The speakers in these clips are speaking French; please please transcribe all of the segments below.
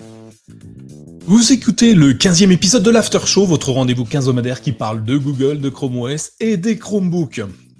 Vous écoutez le 15e épisode de l'After Show, votre rendez-vous quinzomadaire qui parle de Google, de Chrome OS et des Chromebooks.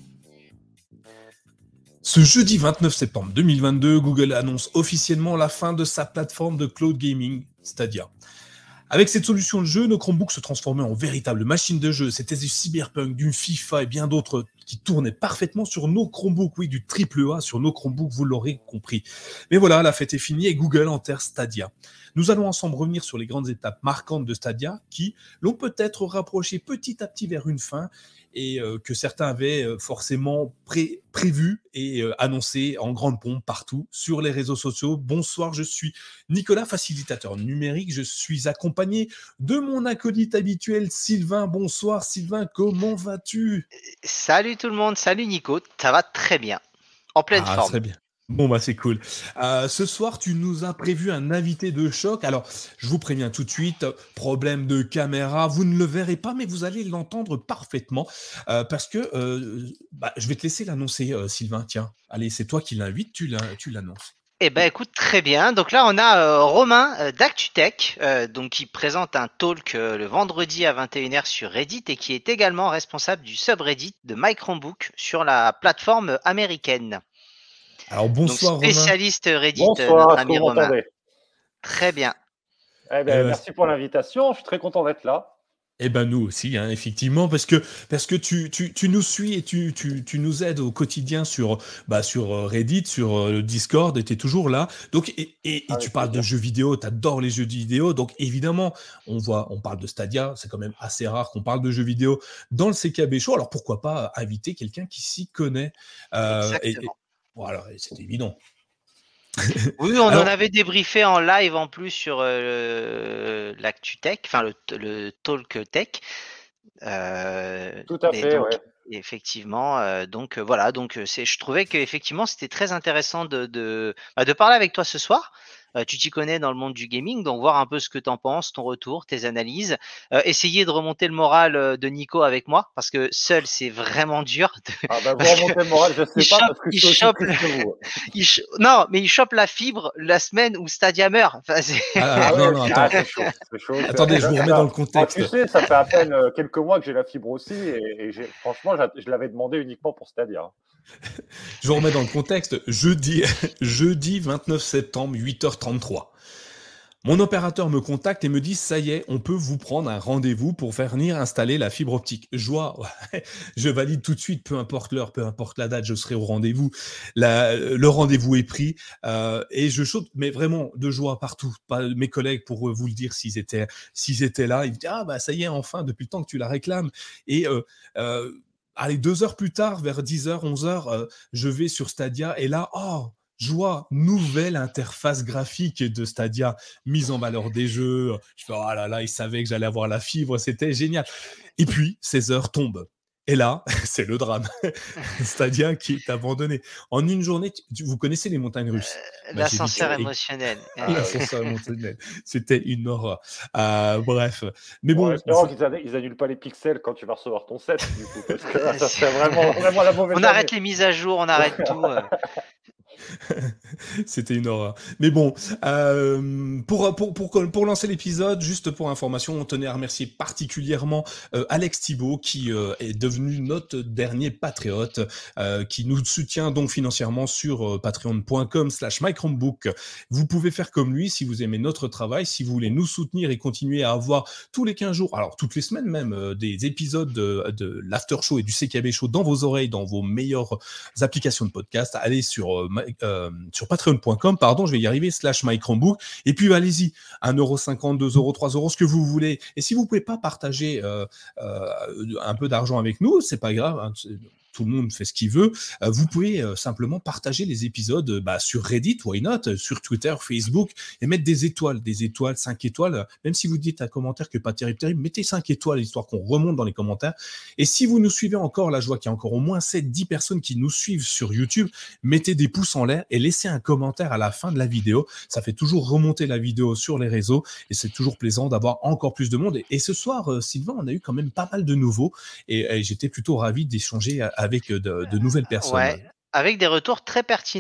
Ce jeudi 29 septembre 2022, Google annonce officiellement la fin de sa plateforme de cloud gaming, Stadia. Avec cette solution de jeu, nos Chromebooks se transformaient en véritables machines de jeu. C'était du Cyberpunk, du FIFA et bien d'autres qui tournaient parfaitement sur nos Chromebooks. Oui, du AAA sur nos Chromebooks, vous l'aurez compris. Mais voilà, la fête est finie et Google enterre Stadia. Nous allons ensemble revenir sur les grandes étapes marquantes de Stadia qui l'ont peut-être rapproché petit à petit vers une fin et que certains avaient forcément prévu et annoncé en grande pompe partout sur les réseaux sociaux. Bonsoir, je suis Nicolas, facilitateur numérique. Je suis accompagné de mon acolyte habituel, Sylvain. Bonsoir Sylvain, comment vas-tu ? Salut tout le monde, salut Nico, ça va très bien, en pleine forme. Très bien. Bon, bah c'est cool. Ce soir, tu nous as prévu un invité de choc. Alors, je vous préviens tout de suite, problème de caméra, vous ne le verrez pas, mais vous allez l'entendre parfaitement. Parce que je vais te laisser l'annoncer, Sylvain. Tiens, allez, c'est toi qui l'invite, tu l'annonces. Eh ben écoute, très bien. Donc là, on a Romain d'ActuTech, donc qui présente un talk le vendredi à 21h sur Reddit et qui est également responsable du subreddit de My Chromebook sur la plateforme américaine. Alors bonsoir donc, spécialiste Reddit, bonsoir, notre ami vous Romain. m'entendez ? Très bien. Eh ben, merci pour l'invitation, je suis très content d'être là. Eh ben nous aussi, hein, effectivement, parce que tu nous suis et tu nous aides au quotidien sur Reddit, sur Discord, et t'es toujours là. Donc et tu parles de jeux vidéo, t'adores les jeux vidéo, donc évidemment on parle de Stadia, c'est quand même assez rare qu'on parle de jeux vidéo dans le CKB Show. Alors pourquoi pas inviter quelqu'un qui s'y connaît Exactement. Voilà, c'est évident. Oui, on en avait débriefé en live en plus sur l'ActuTech, enfin le Talk Tech. Tout à fait, donc, ouais. Effectivement, donc voilà, donc je trouvais que effectivement c'était très intéressant de parler avec toi ce soir. Tu t'y connais dans le monde du gaming, donc voir un peu ce que t'en penses, ton retour, tes analyses. Essayer de remonter le moral de Nico avec moi, parce que seul c'est vraiment dur. Ah bah vous remontez le moral, je sais pas, parce que je suis aussi triste que vous. Non, mais il chope la fibre la semaine où Stadia meurt. Enfin, non, attends. C'est chaud. Attendez, je vous remets dans le contexte. Tu sais, ça fait à peine quelques mois que j'ai la fibre aussi, et franchement, je l'avais demandé uniquement pour Stadia. Je vous remets dans le contexte. Jeudi 29 septembre, 8h33. Mon opérateur me contacte et me dit « Ça y est, on peut vous prendre un rendez-vous pour faire venir installer la fibre optique. » Joie, je valide tout de suite, peu importe l'heure, peu importe la date, je serai au rendez-vous. Le rendez-vous est pris et je saute, mais vraiment de joie partout. Mes collègues, pour vous le dire, s'ils étaient là, ils me disent « Ah bah ça y est, enfin, depuis le temps que tu la réclames. » Et allez, 2 heures plus tard, vers 10h, 11h, je vais sur Stadia et là, joie, nouvelle interface graphique de Stadia, mise en valeur des jeux. Je fais, oh là là, ils savaient que j'allais avoir la fibre, c'était génial. Et puis, 16h tombe. Et là, c'est le drame. Stadia qui est abandonné. En une journée, vous connaissez les montagnes russes. L'ascenseur émotionnel. L'ascenseur émotionnel. C'était une horreur. Bref. Mais bon. Espérons qu'ils annulent pas les pixels quand tu vas recevoir ton set, du coup, parce que là, ça serait vraiment la mauvaise On arrête les mises à jour, on arrête tout. C'était une horreur. Mais bon, pour lancer l'épisode, juste pour information, on tenait à remercier particulièrement Alex Thibault qui est devenu notre dernier patriote, qui nous soutient donc financièrement sur patreon.com/mychromebook. Vous pouvez faire comme lui si vous aimez notre travail, si vous voulez nous soutenir et continuer à avoir tous les 15 jours, alors toutes les semaines même, des épisodes de l'After Show et du CKB Show dans vos oreilles, dans vos meilleures applications de podcast. Allez sur patreon.com, je vais y arriver, /mychromebook, et puis allez-y, 1,50€, 2€, 3€, ce que vous voulez. Et si vous pouvez pas partager un peu d'argent avec nous, c'est pas grave, hein, tout le monde fait ce qu'il veut. Vous pouvez simplement partager les épisodes sur Reddit, why not, sur Twitter, Facebook, et mettre des étoiles, 5 étoiles. Même si vous dites un commentaire que pas terrible, mettez 5 étoiles, histoire qu'on remonte dans les commentaires. Et si vous nous suivez encore, là, je vois qu'il y a encore au moins 7-10 personnes qui nous suivent sur YouTube, mettez des pouces en l'air et laissez un commentaire à la fin de la vidéo. Ça fait toujours remonter la vidéo sur les réseaux et c'est toujours plaisant d'avoir encore plus de monde. Et ce soir, Sylvain, on a eu quand même pas mal de nouveaux et j'étais plutôt ravi d'échanger avec de nouvelles personnes. Ouais, avec des retours très pertinents.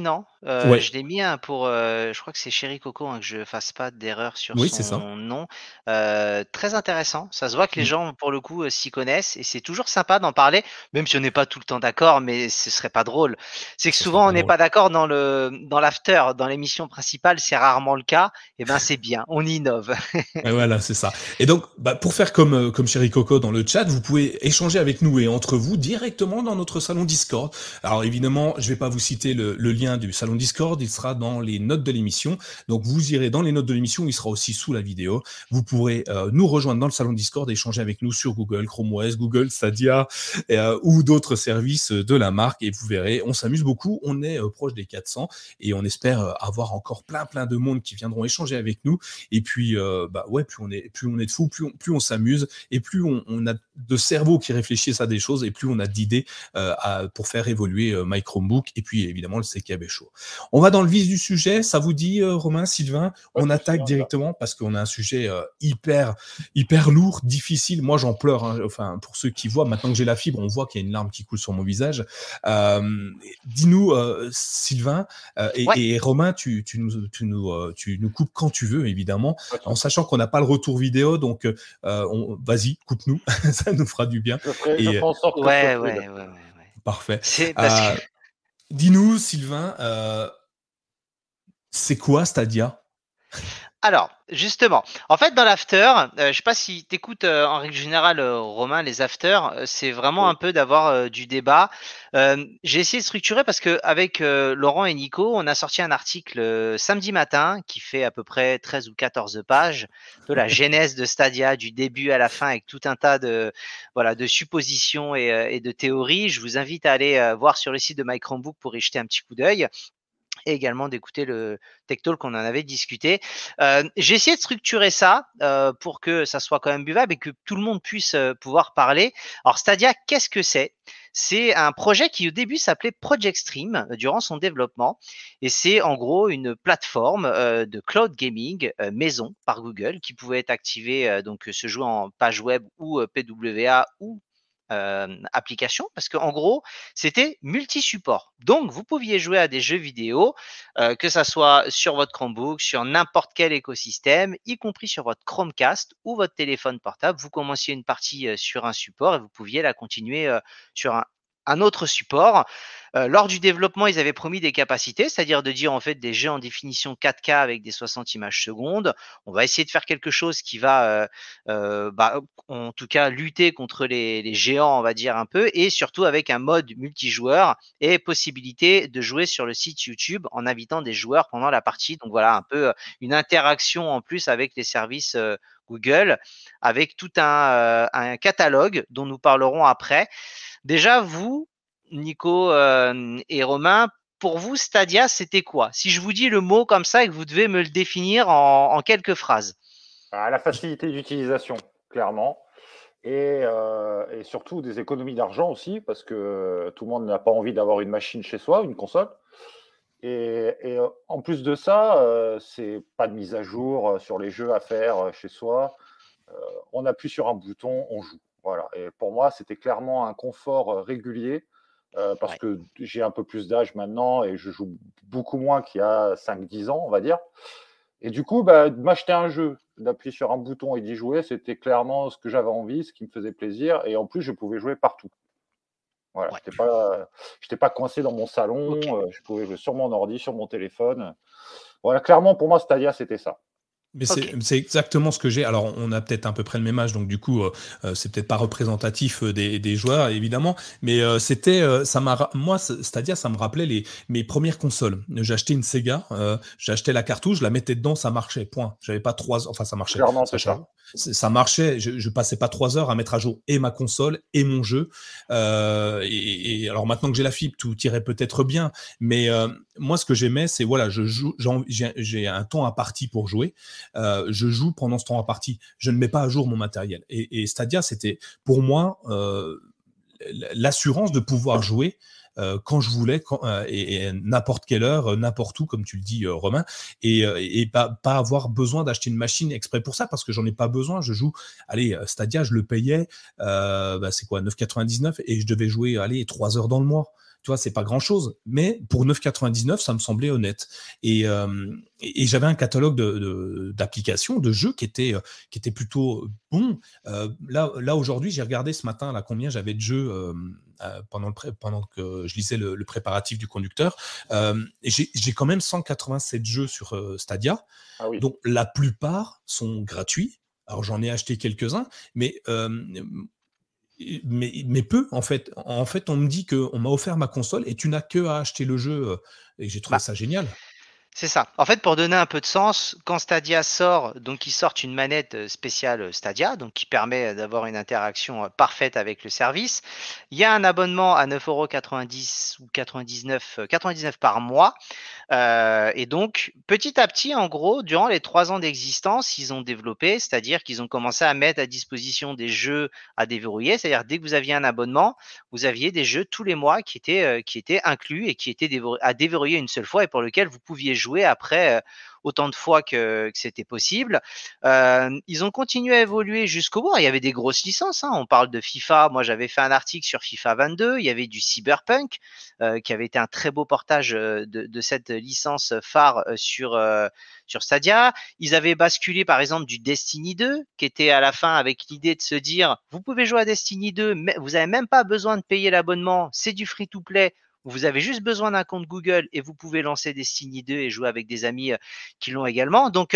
Ouais, Je l'ai mis pour, je crois que c'est Chéri Coco, que je fasse pas d'erreur sur oui, c'est ça. son nom. Très intéressant. Ça se voit que les Mmh. gens, pour le coup, s'y connaissent et c'est toujours sympa d'en parler, même si on n'est pas tout le temps d'accord, mais ce serait pas drôle. C'est que Ça serait souvent on pas n'est drôle. pas d'accord dans l'after, dans l'émission principale, c'est rarement le cas. Et ben c'est bien, on innove. Et voilà, c'est ça. Et donc, pour faire comme Chéri Coco dans le chat, vous pouvez échanger avec nous et entre vous directement dans notre salon Discord. Alors évidemment, je vais pas vous citer le lien du salon Discord, il sera dans les notes de l'émission. Donc vous irez dans les notes de l'émission, il sera aussi sous la vidéo. Vous pourrez nous rejoindre dans le salon Discord et échanger avec nous sur Google, Chrome OS, Google Stadia ou d'autres services de la marque. Et vous verrez, on s'amuse beaucoup, on est proche des 400 et on espère avoir encore plein de monde qui viendront échanger avec nous. Et puis, ouais, plus on est de fous, plus on s'amuse, et plus on a de cerveau qui réfléchissent à des choses, et plus on a d'idées pour faire évoluer My Chromebook, et puis évidemment le CKB Show. On va dans le vif du sujet. Ça vous dit, Romain, Sylvain, Pas on de souci, attaque on y va. directement parce qu'on a un sujet hyper lourd, difficile. Moi, j'en pleure. Hein. Enfin, pour ceux qui voient, maintenant que j'ai la fibre, on voit qu'il y a une larme qui coule sur mon visage. Dis-nous, Sylvain, Ouais. et Romain, tu nous coupes quand tu veux, évidemment, Pas de en souci. sachant qu'on n'a pas le retour vidéo, donc vas-y, coupe-nous, ça nous fera du bien. Je Et ferai en sorte que ce soit Ouais, fluide. ouais, ouais, ouais, ouais. parfait. C'est parce que Euh, Dis-nous, Sylvain, c'est quoi Stadia? Alors, justement, en fait, dans l'after, je sais pas si tu écoutes, en règle générale, Romain, les afters, c'est vraiment Oui. un peu d'avoir, du débat. J'ai essayé de structurer parce qu'avec, Laurent et Nico, on a sorti un article, samedi matin qui fait à peu près 13 ou 14 pages, un peu la genèse de Stadia du début à la fin avec tout un tas de, voilà, de suppositions et de théories. Je vous invite à aller, voir sur le site de My Chromebook pour y jeter un petit coup d'œil et également d'écouter le Tech Talk qu'on en avait discuté. J'ai essayé de structurer ça pour que ça soit quand même buvable et que tout le monde puisse pouvoir parler. Alors Stadia, qu'est-ce que c'est? C'est un projet qui au début s'appelait Project Stream durant son développement et c'est en gros une plateforme de cloud gaming maison par Google qui pouvait être activée donc se jouer en page web ou PWA ou application parce qu'en gros c'était multi-support. Donc, vous pouviez jouer à des jeux vidéo, que ça soit sur votre Chromebook, sur n'importe quel écosystème, y compris sur votre Chromecast ou votre téléphone portable. Vous commenciez une partie sur un support et vous pouviez la continuer sur un autre support. Lors du développement, ils avaient promis des capacités, c'est-à-dire de dire en fait des jeux en définition 4K avec des 60 images secondes. On va essayer de faire quelque chose qui va, en tout cas, lutter contre les géants, on va dire un peu, et surtout avec un mode multijoueur et possibilité de jouer sur le site YouTube en invitant des joueurs pendant la partie. Donc voilà, un peu une interaction en plus avec les services Google, avec tout un catalogue dont nous parlerons après. Déjà, vous, Nico et Romain, pour vous, Stadia, c'était quoi? Si je vous dis le mot comme ça et que vous devez me le définir en quelques phrases. La facilité d'utilisation, clairement. Et surtout des économies d'argent aussi, parce que tout le monde n'a pas envie d'avoir une machine chez soi, une console. Et en plus de ça, c'est pas de mise à jour sur les jeux à faire chez soi. On appuie sur un bouton, on joue. Voilà. Et pour moi, c'était clairement un confort régulier, parce Ouais. que j'ai un peu plus d'âge maintenant et je joue beaucoup moins qu'il y a 5-10 ans, on va dire. Et du coup, de m'acheter un jeu, d'appuyer sur un bouton et d'y jouer, c'était clairement ce que j'avais envie, ce qui me faisait plaisir. Et en plus, je pouvais jouer partout. Voilà, Ouais. j'étais pas coincé dans mon Ok. salon, je pouvais jouer sur mon ordi, sur mon téléphone. Voilà, clairement, pour moi, Stadia, c'était ça. Mais Ok. c'est exactement ce que j'ai. Alors, on a peut-être à peu près le même âge, donc du coup, c'est peut-être pas représentatif des joueurs, évidemment. Mais moi, Stadia, ça me rappelait mes premières consoles. J'ai acheté une Sega, j'ai acheté la cartouche, je la mettais dedans, ça marchait. Point. J'avais pas enfin, ça marchait. Clairement, c'est ça. Ça marchait. Je passais pas 3 heures à mettre à jour et ma console et mon jeu. Et alors maintenant que j'ai la fibre, tout irait peut-être bien. Mais moi, ce que j'aimais, c'est voilà, je joue, j'ai un temps imparti pour jouer. Je joue pendant ce temps à partie. Je ne mets pas à jour mon matériel. Et Stadia, c'était pour moi l'assurance de pouvoir jouer quand je voulais, et n'importe quelle heure, n'importe où, comme tu le dis, Romain, et pas avoir besoin d'acheter une machine exprès pour ça, parce que j'en ai pas besoin. Je joue, allez, Stadia, je le payais, c'est quoi, 9,99, et je devais jouer, allez, 3 heures dans le mois. tu vois, c'est pas grand-chose. Mais pour 9,99, ça me semblait honnête. Et j'avais un catalogue d'applications, de jeux qui était plutôt bon. Là aujourd'hui, j'ai regardé ce matin là combien j'avais de jeux pendant que je lisais le préparatif du conducteur. J'ai quand même 187 jeux sur Stadia. Ah oui. Donc la plupart sont gratuits. Alors j'en ai acheté quelques-uns, mais peu en fait. En fait, on me dit qu'on m'a offert ma console et tu n'as que à acheter le jeu. Et j'ai trouvé Bah, ça génial. c'est ça. En fait, pour donner un peu de sens, quand Stadia sort, donc ils sortent une manette spéciale Stadia, donc qui permet d'avoir une interaction parfaite avec le service. Il y a un abonnement à 9,90 € ou 99 par mois. Et donc, petit à petit, en gros, durant les 3 ans d'existence, ils ont développé, c'est-à-dire qu'ils ont commencé à mettre à disposition des jeux à déverrouiller. C'est-à-dire, dès que vous aviez un abonnement, vous aviez des jeux tous les mois qui étaient inclus et qui étaient à déverrouiller une seule fois et pour lesquels vous pouviez jouer après autant de fois que c'était possible. Ils ont continué à évoluer jusqu'au bout. Il y avait des grosses licences. On parle de FIFA. Moi, j'avais fait un article sur FIFA 22. Il y avait du Cyberpunk qui avait été un très beau portage de cette licence phare sur Stadia. Ils avaient basculé par exemple du Destiny 2 qui était à la fin avec l'idée de se dire vous pouvez jouer à Destiny 2 mais vous n'avez même pas besoin de payer l'abonnement, c'est du free to play. Vous avez juste besoin d'un compte Google et vous pouvez lancer Destiny 2 et jouer avec des amis qui l'ont également. Donc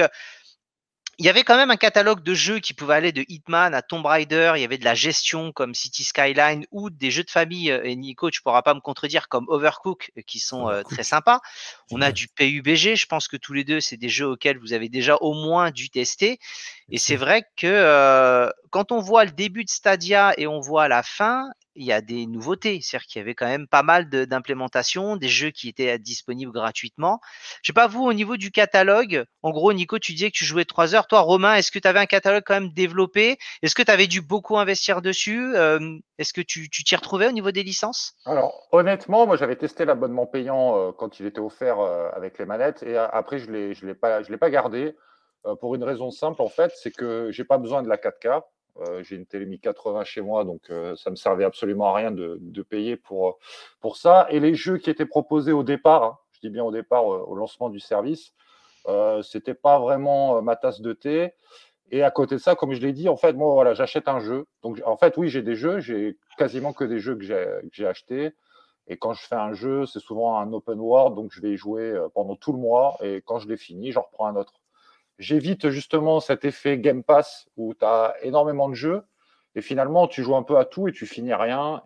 il y avait quand même un catalogue de jeux qui pouvait aller de Hitman à Tomb Raider. Il y avait de la gestion comme City Skyline ou des jeux de famille. Et Nico, tu pourras pas me contredire comme Overcook qui sont très sympas. On a du PUBG. Je pense que tous les deux, c'est des jeux auxquels vous avez déjà au moins dû tester. Et c'est vrai que quand on voit le début de Stadia et on voit la fin, il y a des nouveautés. C'est-à-dire qu'il y avait quand même pas mal d'implémentations, des jeux qui étaient disponibles gratuitement. Je sais pas, vous, au niveau du catalogue, en gros, Nico, tu disais que tu jouais 3 heures. Toi, Romain, est-ce que tu avais un catalogue quand même développé? Est-ce que tu avais dû beaucoup investir dessus? Est-ce que tu t'y retrouvais au niveau des licences? Alors, honnêtement, moi, j'avais testé l'abonnement payant quand il était offert avec les manettes et après, je l'ai pas gardé pour une raison simple, en fait, c'est que j'ai pas besoin de la 4K. J'ai une télé 1080 chez moi, donc ça me servait absolument à rien de payer pour ça. Et les jeux qui étaient proposés au départ, hein, je dis bien au départ, au lancement du service, c'était pas vraiment ma tasse de thé. Et à côté de ça, comme je l'ai dit, en fait, moi, voilà, j'achète un jeu. Donc, en fait, oui, j'ai des jeux, j'ai quasiment que des jeux que j'ai achetés. Et quand je fais un jeu, c'est souvent un open world, donc je vais y jouer pendant tout le mois. Et quand je l'ai fini, j'en reprends un autre. J'évite justement cet effet Game Pass où tu as énormément de jeux et finalement tu joues un peu à tout et tu finis rien.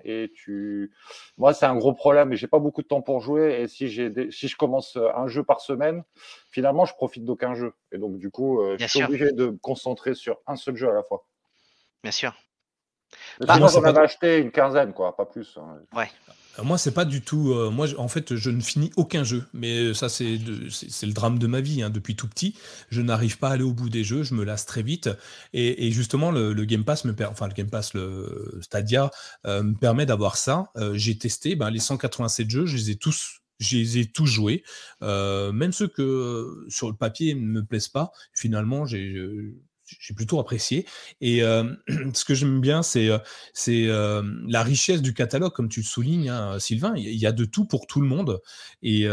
Moi, c'est un gros problème et j'ai pas beaucoup de temps pour jouer. Et si je commence un jeu par semaine, finalement, je profite d'aucun jeu. Et donc, du coup, je Bien suis sûr, obligé de me concentrer sur un seul jeu à la fois. bien sûr. Mais Bah, sinon, Moi, c'est j'en pas. avais acheté une quinzaine, quoi, pas plus, hein. ouais. Moi, c'est pas du tout. Moi, en fait, je ne finis aucun jeu. Mais ça, c'est le drame de ma vie. Depuis tout petit, je n'arrive pas à aller au bout des jeux. Je me lasse très vite. Et justement, le Game Pass le Game Pass, le Stadia me permet d'avoir ça. J'ai testé les 187 jeux. Je les ai tous joués. Même ceux que sur le papier ne me plaisent pas. Finalement, j'ai plutôt apprécié. Et ce que j'aime bien, c'est la richesse du catalogue, comme tu le soulignes, hein, Sylvain. Il y a de tout pour tout le monde. Et,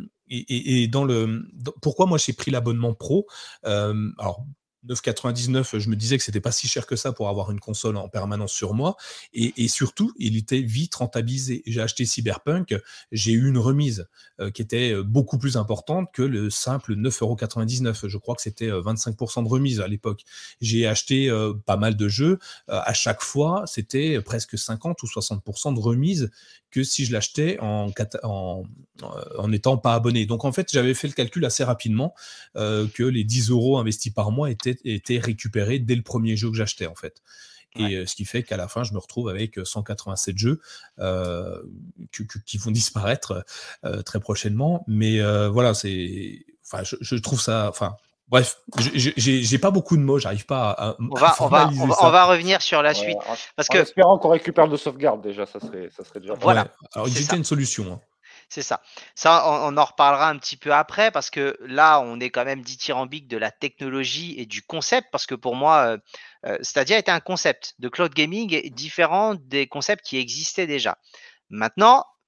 pourquoi moi j'ai pris l'abonnement pro, alors 9,99, je me disais que c'était pas si cher que ça pour avoir une console en permanence sur moi, et surtout il était vite rentabilisé. J'ai acheté Cyberpunk, j'ai eu une remise qui était beaucoup plus importante que le simple 9,99 €. Je crois que c'était 25% de remise à l'époque. J'ai acheté pas mal de jeux, à chaque fois c'était presque 50 ou 60% de remise que si je l'achetais en étant pas abonné. Donc en fait, j'avais fait le calcul assez rapidement que les 10 € investis par mois étaient récupérés dès le premier jeu que j'achetais en fait. Et ce qui fait qu'à la fin, je me retrouve avec 187 jeux qui vont disparaître très prochainement. Mais voilà, je trouve ça. Enfin, bref, j'ai pas beaucoup de mots, j'arrive pas à formaliser On ça. va revenir sur la Ouais, suite parce en que espérant qu'on récupère de sauvegarde, déjà, ça serait déjà pas mal. voilà, Ouais. Alors, c'est j'étais ça. une solution. C'est ça. Ça, on en reparlera un petit peu après parce que là, on est quand même dithyrambique de la technologie et du concept parce que pour moi, Stadia était un concept de cloud gaming différent des concepts qui existaient déjà. Maintenant,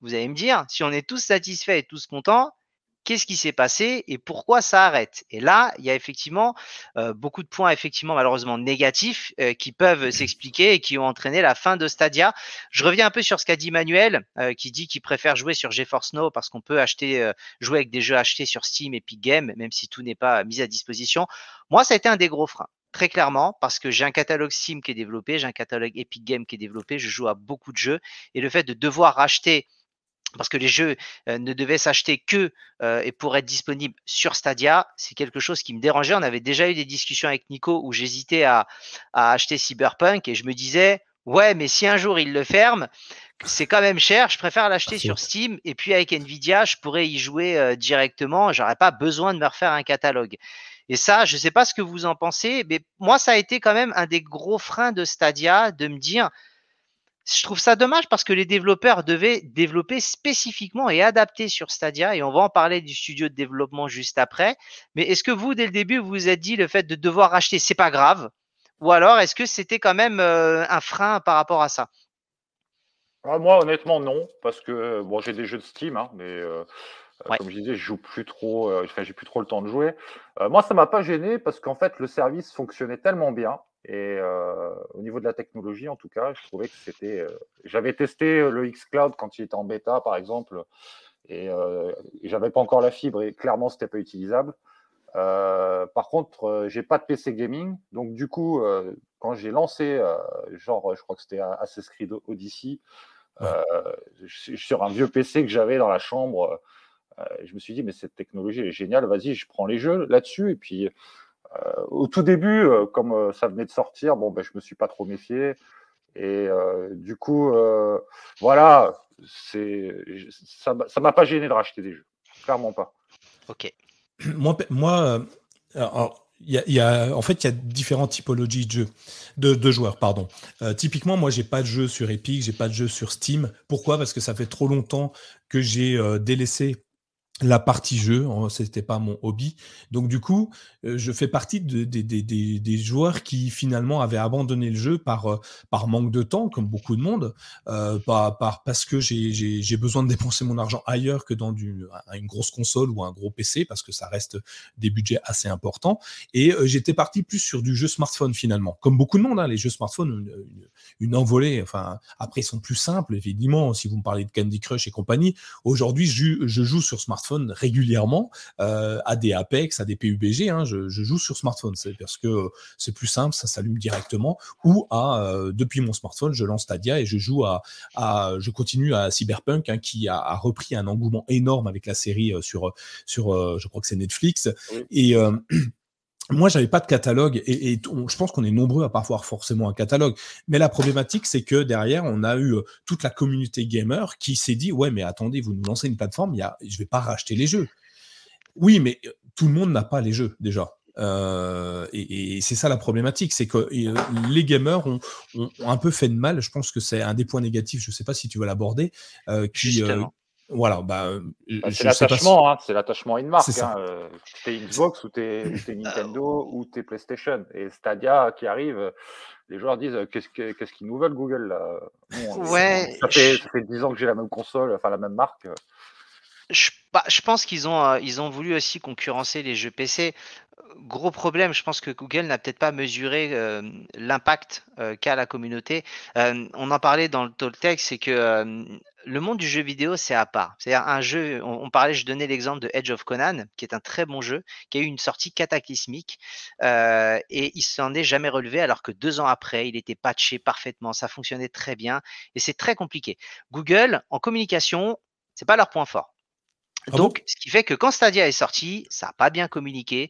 vous allez me dire, si on est tous satisfaits et tous contents, qu'est-ce qui s'est passé et pourquoi ça arrête? Et là, il y a effectivement beaucoup de points effectivement malheureusement négatifs qui peuvent s'expliquer et qui ont entraîné la fin de Stadia. Je reviens un peu sur ce qu'a dit Manuel, qui dit qu'il préfère jouer sur GeForce Now parce qu'on peut jouer avec des jeux achetés sur Steam, Epic Games, même si tout n'est pas mis à disposition. Moi, ça a été un des gros freins. Très clairement, parce que j'ai un catalogue Steam qui est développé, j'ai un catalogue Epic Games qui est développé, je joue à beaucoup de jeux, et le fait de devoir racheter parce que les jeux ne devaient s'acheter que et pour être disponibles sur Stadia, c'est quelque chose qui me dérangeait. On avait déjà eu des discussions avec Nico où j'hésitais à acheter Cyberpunk et je me disais, ouais, mais si un jour il le ferme, c'est quand même cher, je préfère l'acheter sur Steam et puis avec Nvidia, je pourrais y jouer directement, j'aurais pas besoin de me refaire un catalogue. Et ça, je sais pas ce que vous en pensez, mais moi, ça a été quand même un des gros freins de Stadia de me dire, je trouve ça dommage parce que les développeurs devaient développer spécifiquement et adapter sur Stadia et on va en parler du studio de développement juste après. Mais est-ce que vous, dès le début, vous vous êtes dit le fait de devoir acheter, c'est pas grave? Ou alors est-ce que c'était quand même un frein par rapport à ça? Moi, honnêtement, non, parce que bon, j'ai des jeux de Steam, hein, mais Ouais, comme je disais, je joue plus trop, enfin, j'ai plus trop le temps de jouer. Moi, ça m'a pas gêné parce qu'en fait, le service fonctionnait tellement bien et au niveau de la technologie, en tout cas, je trouvais que c'était. J'avais testé le xCloud quand il était en bêta, par exemple, et j'avais pas encore la fibre et clairement, c'était pas utilisable. Par contre, j'ai pas de PC gaming, donc du coup, quand j'ai lancé, genre, je crois que c'était Assassin's Creed Odyssey, Ouais. sur un vieux PC que j'avais dans la chambre. Je me suis dit, mais cette technologie elle est géniale, vas-y, je prends les jeux là-dessus. Et puis, au tout début, comme ça venait de sortir, bon, ben, je me suis pas trop méfié. Et du coup, voilà, ça m'a pas gêné de racheter des jeux, clairement pas. ok. Moi, alors, en fait, il y a différentes typologies de jeux, de joueurs, pardon. Typiquement, moi, j'ai pas de jeu sur Epic, j'ai pas de jeu sur Steam. Pourquoi? Parce que ça fait trop longtemps que j'ai délaissé la partie jeu, c'était pas mon hobby. Donc du coup, je fais partie des joueurs qui finalement avaient abandonné le jeu par manque de temps, comme beaucoup de monde, parce que j'ai besoin de dépenser mon argent ailleurs que dans une grosse console ou un gros PC, parce que ça reste des budgets assez importants. Et j'étais parti plus sur du jeu smartphone finalement, comme beaucoup de monde. Hein, les jeux smartphone, une envolée. Enfin, après, ils sont plus simples, évidemment. Si vous me parlez de Candy Crush et compagnie, aujourd'hui, je joue sur smartphone régulièrement à des Apex, à des PUBG. Hein, je joue sur smartphone, c'est parce que c'est plus simple, ça s'allume directement. Ou depuis mon smartphone, je lance Stadia et je joue je continue à Cyberpunk, hein, qui a repris un engouement énorme avec la série sur je crois que c'est Netflix. Oui. Et moi, j'avais pas de catalogue et je pense qu'on est nombreux à pas avoir forcément un catalogue. Mais la problématique, c'est que derrière, on a eu toute la communauté gamer qui s'est dit, ouais, mais attendez, vous nous lancez une plateforme, je vais pas racheter les jeux. Oui, mais tout le monde n'a pas les jeux déjà. Et c'est ça la problématique, c'est que les gamers ont un peu fait de mal. Je pense que c'est un des points négatifs. Je sais pas si tu veux l'aborder. Justement. Voilà, C'est je sais pas si l'attachement, hein, c'est l'attachement à une c'est marque. ça. Hein, t'es Xbox ou t'es Nintendo ou t'es PlayStation. Et Stadia qui arrive, les joueurs disent qu'est-ce qu'ils nous veulent Google là. Ouais, Ça fait 10 ans que j'ai la même console, enfin la même marque. je pense ils ont voulu aussi concurrencer les jeux PC. Gros problème, je pense que Google n'a peut-être pas mesuré l'impact qu'a la communauté. On en parlait dans le Toltec, c'est que le monde du jeu vidéo, c'est à part. C'est-à-dire un jeu, on parlait, je donnais l'exemple de Edge of Conan, qui est un très bon jeu, qui a eu une sortie cataclysmique et il s'en est jamais relevé alors que 2 ans après, il était patché parfaitement, ça fonctionnait très bien et c'est très compliqué. Google, en communication, c'est pas leur point fort. Ah bon? Donc, ce qui fait que quand Stadia est sorti, ça n'a pas bien communiqué.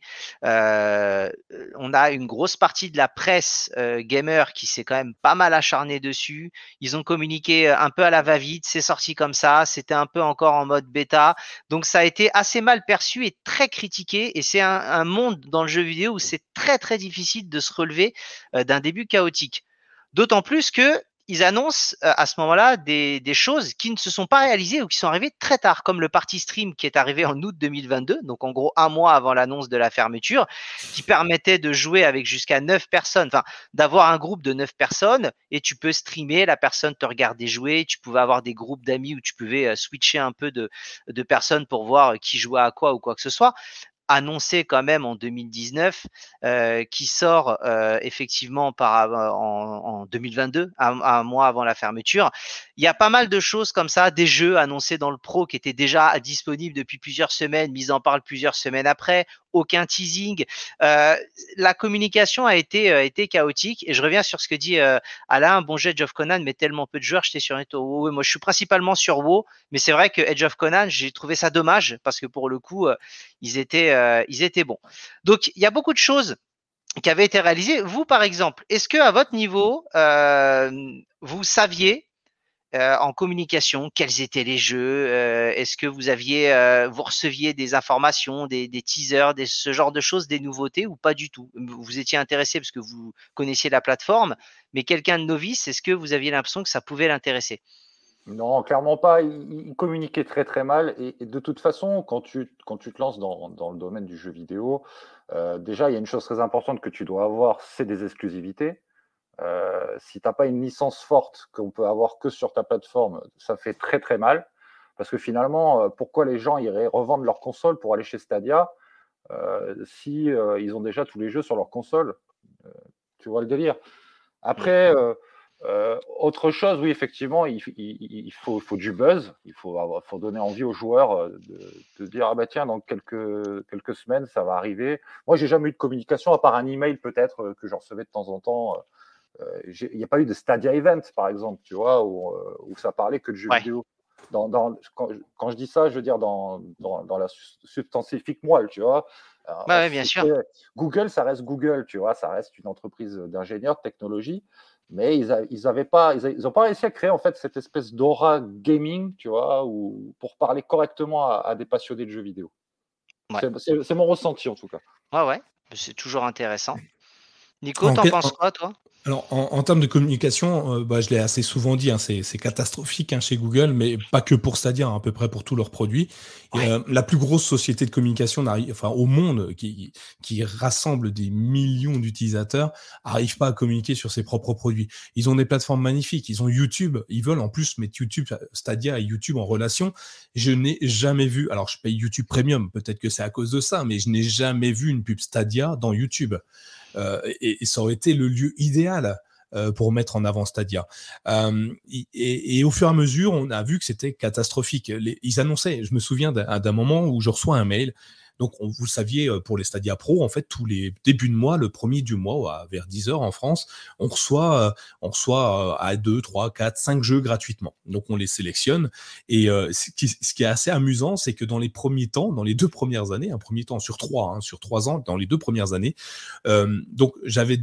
On a une grosse partie de la presse gamer qui s'est quand même pas mal acharnée dessus. Ils ont communiqué un peu à la va-vite, c'est sorti comme ça, c'était un peu encore en mode bêta. Donc, ça a été assez mal perçu et très critiqué. Et c'est un monde dans le jeu vidéo où c'est très très difficile de se relever d'un début chaotique. D'autant plus que ils annoncent à ce moment-là des choses qui ne se sont pas réalisées ou qui sont arrivées très tard, comme le Party Stream qui est arrivé en août 2022, donc en gros 1 mois avant l'annonce de la fermeture, qui permettait de jouer avec jusqu'à 9 personnes, enfin d'avoir un groupe de 9 personnes et tu peux streamer, la personne te regardait jouer, tu pouvais avoir des groupes d'amis où tu pouvais switcher un peu de personnes pour voir qui jouait à quoi ou quoi que ce soit. Annoncé quand même en 2019, qui sort effectivement en 2022, un mois avant la fermeture. Il y a pas mal de choses comme ça, des jeux annoncés dans le Pro qui étaient déjà disponibles depuis plusieurs semaines, mis en parle plusieurs semaines après, aucun teasing. La communication a été chaotique, et je reviens sur ce que dit Alain, bon jeu Edge of Conan, mais tellement peu de joueurs, j'étais sur WoW. Moi je suis principalement sur WoW, mais c'est vrai que Edge of Conan, j'ai trouvé ça dommage, parce que pour le coup, ils étaient bons. Donc, il y a beaucoup de choses qui avaient été réalisées. Vous, par exemple, est-ce que à votre niveau, vous saviez en communication quels étaient les jeux? Est-ce que vous receviez des informations, des teasers, ce genre de choses, des nouveautés, ou pas du tout? Vous étiez intéressé parce que vous connaissiez la plateforme, mais quelqu'un de novice, est-ce que vous aviez l'impression que ça pouvait l'intéresser? Non, clairement pas. Il communiquait très très mal. Et de toute façon, quand tu te lances dans le domaine du jeu vidéo, déjà, il y a une chose très importante que tu dois avoir, c'est des exclusivités. Si tu n'as pas une licence forte qu'on peut avoir que sur ta plateforme, ça fait très très mal. Parce que finalement, pourquoi les gens iraient revendre leur console pour aller chez Stadia si ils ont déjà tous les jeux sur leur console? Tu vois le délire. Après, autre chose, oui, effectivement, il faut du buzz. Il faut donner envie aux joueurs de dire ah bah tiens, dans quelques semaines, ça va arriver. Moi, j'ai jamais eu de communication à part un email peut-être que j'en recevais de temps en temps. Il n'y a pas eu de Stadia Event, par exemple, tu vois, où ça parlait que de jeux vidéo. Quand je dis ça, je veux dire dans la substantifique moelle, tu vois. Ouais, bien sûr. Google, ça reste Google, tu vois, ça reste une entreprise d'ingénieurs de technologie, mais ils n'ont pas réussi à créer en fait cette espèce d'aura gaming, tu vois, pour parler correctement à des passionnés de jeux vidéo. Ouais. C'est mon ressenti en tout cas. Ouais, c'est toujours intéressant. Nico, t'en penses quoi, toi? Alors, en termes de communication, je l'ai assez souvent dit, hein, c'est catastrophique hein, chez Google, mais pas que pour Stadia, hein, à peu près pour tous leurs produits. Ouais. Et, la plus grosse société de communication au monde, qui rassemble des millions d'utilisateurs, n'arrive pas à communiquer sur ses propres produits. Ils ont des plateformes magnifiques, ils ont YouTube, ils veulent en plus mettre YouTube, Stadia et YouTube en relation. Je n'ai jamais vu, alors je paye YouTube Premium, peut-être que c'est à cause de ça, mais je n'ai jamais vu une pub Stadia dans YouTube. Et ça aurait été le lieu idéal pour mettre en avant Stadia. Et au fur et à mesure, on a vu que c'était catastrophique. Ils annonçaient, je me souviens d'un moment où je reçois un mail. Donc, vous le saviez, pour les Stadia Pro, en fait, tous les débuts de mois, le premier du mois, vers 10h en France, on reçoit à 2, 3, 4, 5 jeux gratuitement. Donc, on les sélectionne. Et ce qui est assez amusant, c'est que dans les premiers temps, dans les 2 premières années, un premier temps sur 3 ans, dans les 2 premières années, donc j'avais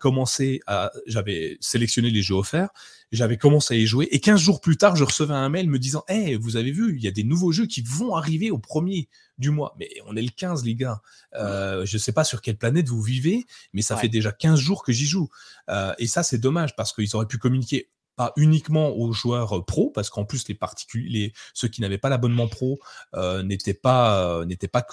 sélectionné les jeux offerts, j'avais commencé à y jouer, et 15 jours plus tard, je recevais un mail me disant « Hey, vous avez vu, il y a des nouveaux jeux qui vont arriver au premier du mois. » Mais on est le 15, les gars. Je sais pas sur quelle planète vous vivez, mais ça fait déjà 15 jours que j'y joue. Et ça, c'est dommage, parce qu'ils auraient pu communiquer pas uniquement aux joueurs pro, parce qu'en plus ceux qui n'avaient pas l'abonnement pro n'avaient pas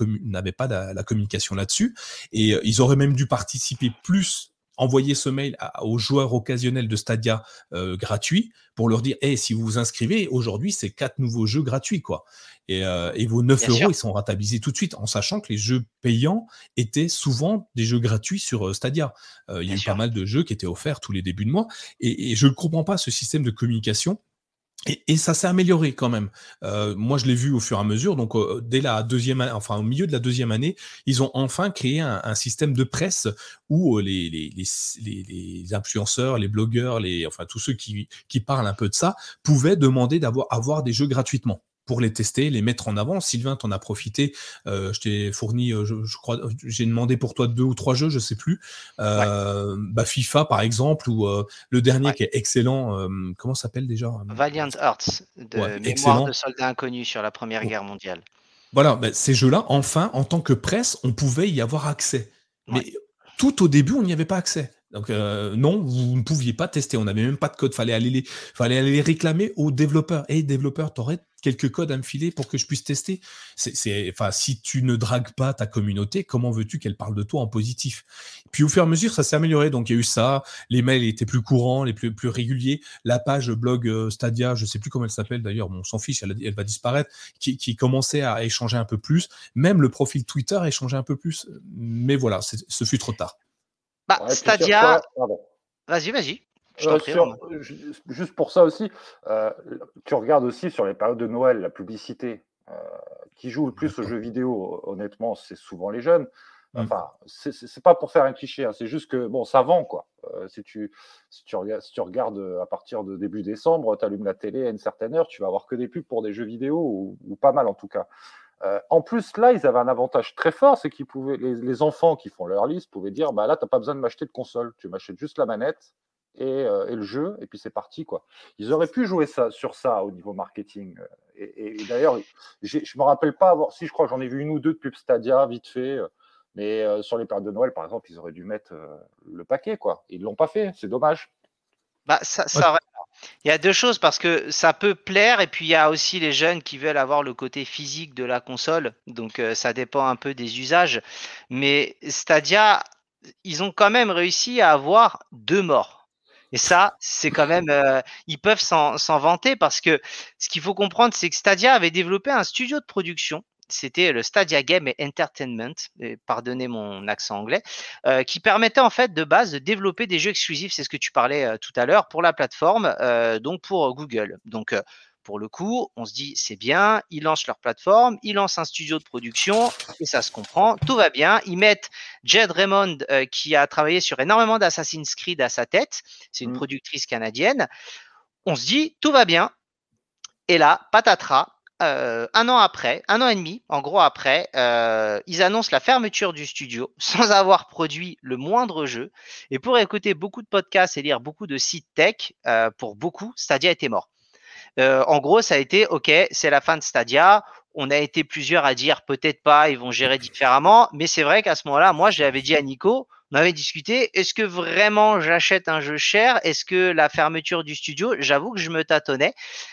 la communication là-dessus, et ils auraient même dû participer plus, envoyer ce mail aux joueurs occasionnels de Stadia gratuits, pour leur dire si vous vous inscrivez aujourd'hui, c'est 4 nouveaux jeux gratuits, quoi. Et vos 9 Bien euros, sûr. ils sont rentabilisés tout de suite, en sachant que les jeux payants étaient souvent des jeux gratuits sur Stadia. Il y a eu pas mal de jeux qui étaient offerts tous les débuts de mois, et je ne comprends pas ce système de communication. Et ça s'est amélioré quand même. Moi, je l'ai vu au fur et à mesure. Donc, dès la deuxième année, enfin au milieu de la deuxième année, ils ont enfin créé un système de presse où les influenceurs, les blogueurs, tous ceux qui parlent un peu de ça, pouvaient demander avoir des jeux gratuitement, pour les tester, les mettre en avant. Sylvain, t'en as profité. Je t'ai fourni, je crois, j'ai demandé pour toi 2 ou 3 jeux, je sais plus. FIFA, par exemple, ou le dernier qui est excellent. Comment s'appelle déjà? Valiant Hearts, de Mémoire excellent. de soldats inconnus sur la Première Guerre mondiale. Voilà, ces jeux-là, enfin, en tant que presse, on pouvait y avoir accès. Mais tout au début, on n'y avait pas accès. Donc non, vous ne pouviez pas tester. On n'avait même pas de code. Fallait aller les réclamer aux développeurs. Hey, développeur, t'aurais quelques codes à me filer pour que je puisse tester. Enfin, si tu ne dragues pas ta communauté, comment veux-tu qu'elle parle de toi en positif? Puis au fur et à mesure, ça s'est amélioré. Donc il y a eu ça. Les mails étaient plus courants, les plus réguliers. La page blog Stadia, je sais plus comment elle s'appelle d'ailleurs. Bon, on s'en fiche, elle va disparaître. Qui commençait à échanger un peu plus. Même le profil Twitter échangeait un peu plus. Mais voilà, ce fut trop tard. Bah, Ouais, puis Stadia, pardon. vas-y, je t'en prie. Juste pour ça aussi, tu regardes aussi sur les périodes de Noël, la publicité qui joue le plus aux jeux vidéo, honnêtement, c'est souvent les jeunes. Enfin, c'est pas pour faire un cliché, hein, c'est juste que bon, ça vend quoi. Si tu regardes à partir de début décembre, tu allumes la télé à une certaine heure, tu vas avoir que des pubs pour des jeux vidéo ou pas mal en tout cas. En plus, là, ils avaient un avantage très fort, c'est qu'ils pouvaient, les enfants qui font leur liste pouvaient dire, bah là, t'as pas besoin de m'acheter de console, tu m'achètes juste la manette et le jeu, et puis c'est parti, quoi. Ils auraient pu jouer sur ça au niveau marketing. Et d'ailleurs, je me rappelle pas avoir, si je crois que j'en ai vu une ou deux de pubs Stadia, vite fait, mais sur les périodes de Noël, par exemple, ils auraient dû mettre le paquet, quoi. Ils l'ont pas fait, c'est dommage. Bah, il y a deux choses parce que ça peut plaire et puis il y a aussi les jeunes qui veulent avoir le côté physique de la console. Donc ça dépend un peu des usages. Mais Stadia, ils ont quand même réussi à avoir 2 morts. Et ça, c'est quand même, ils peuvent s'en vanter parce que ce qu'il faut comprendre, c'est que Stadia avait développé un studio de production. C'était le Stadia Game Entertainment, pardonnez mon accent anglais, qui permettait en fait de base de développer des jeux exclusifs, c'est ce que tu parlais tout à l'heure, pour la plateforme, donc pour Google. Donc pour le coup, on se dit c'est bien, ils lancent leur plateforme, ils lancent un studio de production et ça se comprend, tout va bien. Ils mettent Jed Raymond qui a travaillé sur énormément d'Assassin's Creed à sa tête, c'est une productrice canadienne. On se dit tout va bien et là, patatras, un an et demi, en gros après, ils annoncent la fermeture du studio sans avoir produit le moindre jeu. Et pour écouter beaucoup de podcasts et lire beaucoup de sites tech, pour beaucoup, Stadia était mort. En gros, ça a été, ok, c'est la fin de Stadia. On a été plusieurs à dire peut-être pas, ils vont gérer différemment. Mais c'est vrai qu'à ce moment-là, moi, j'avais dit à Nico, on avait discuté, est-ce que vraiment j'achète un jeu cher? Est-ce que la fermeture du studio, j'avoue que je me tâtonnais.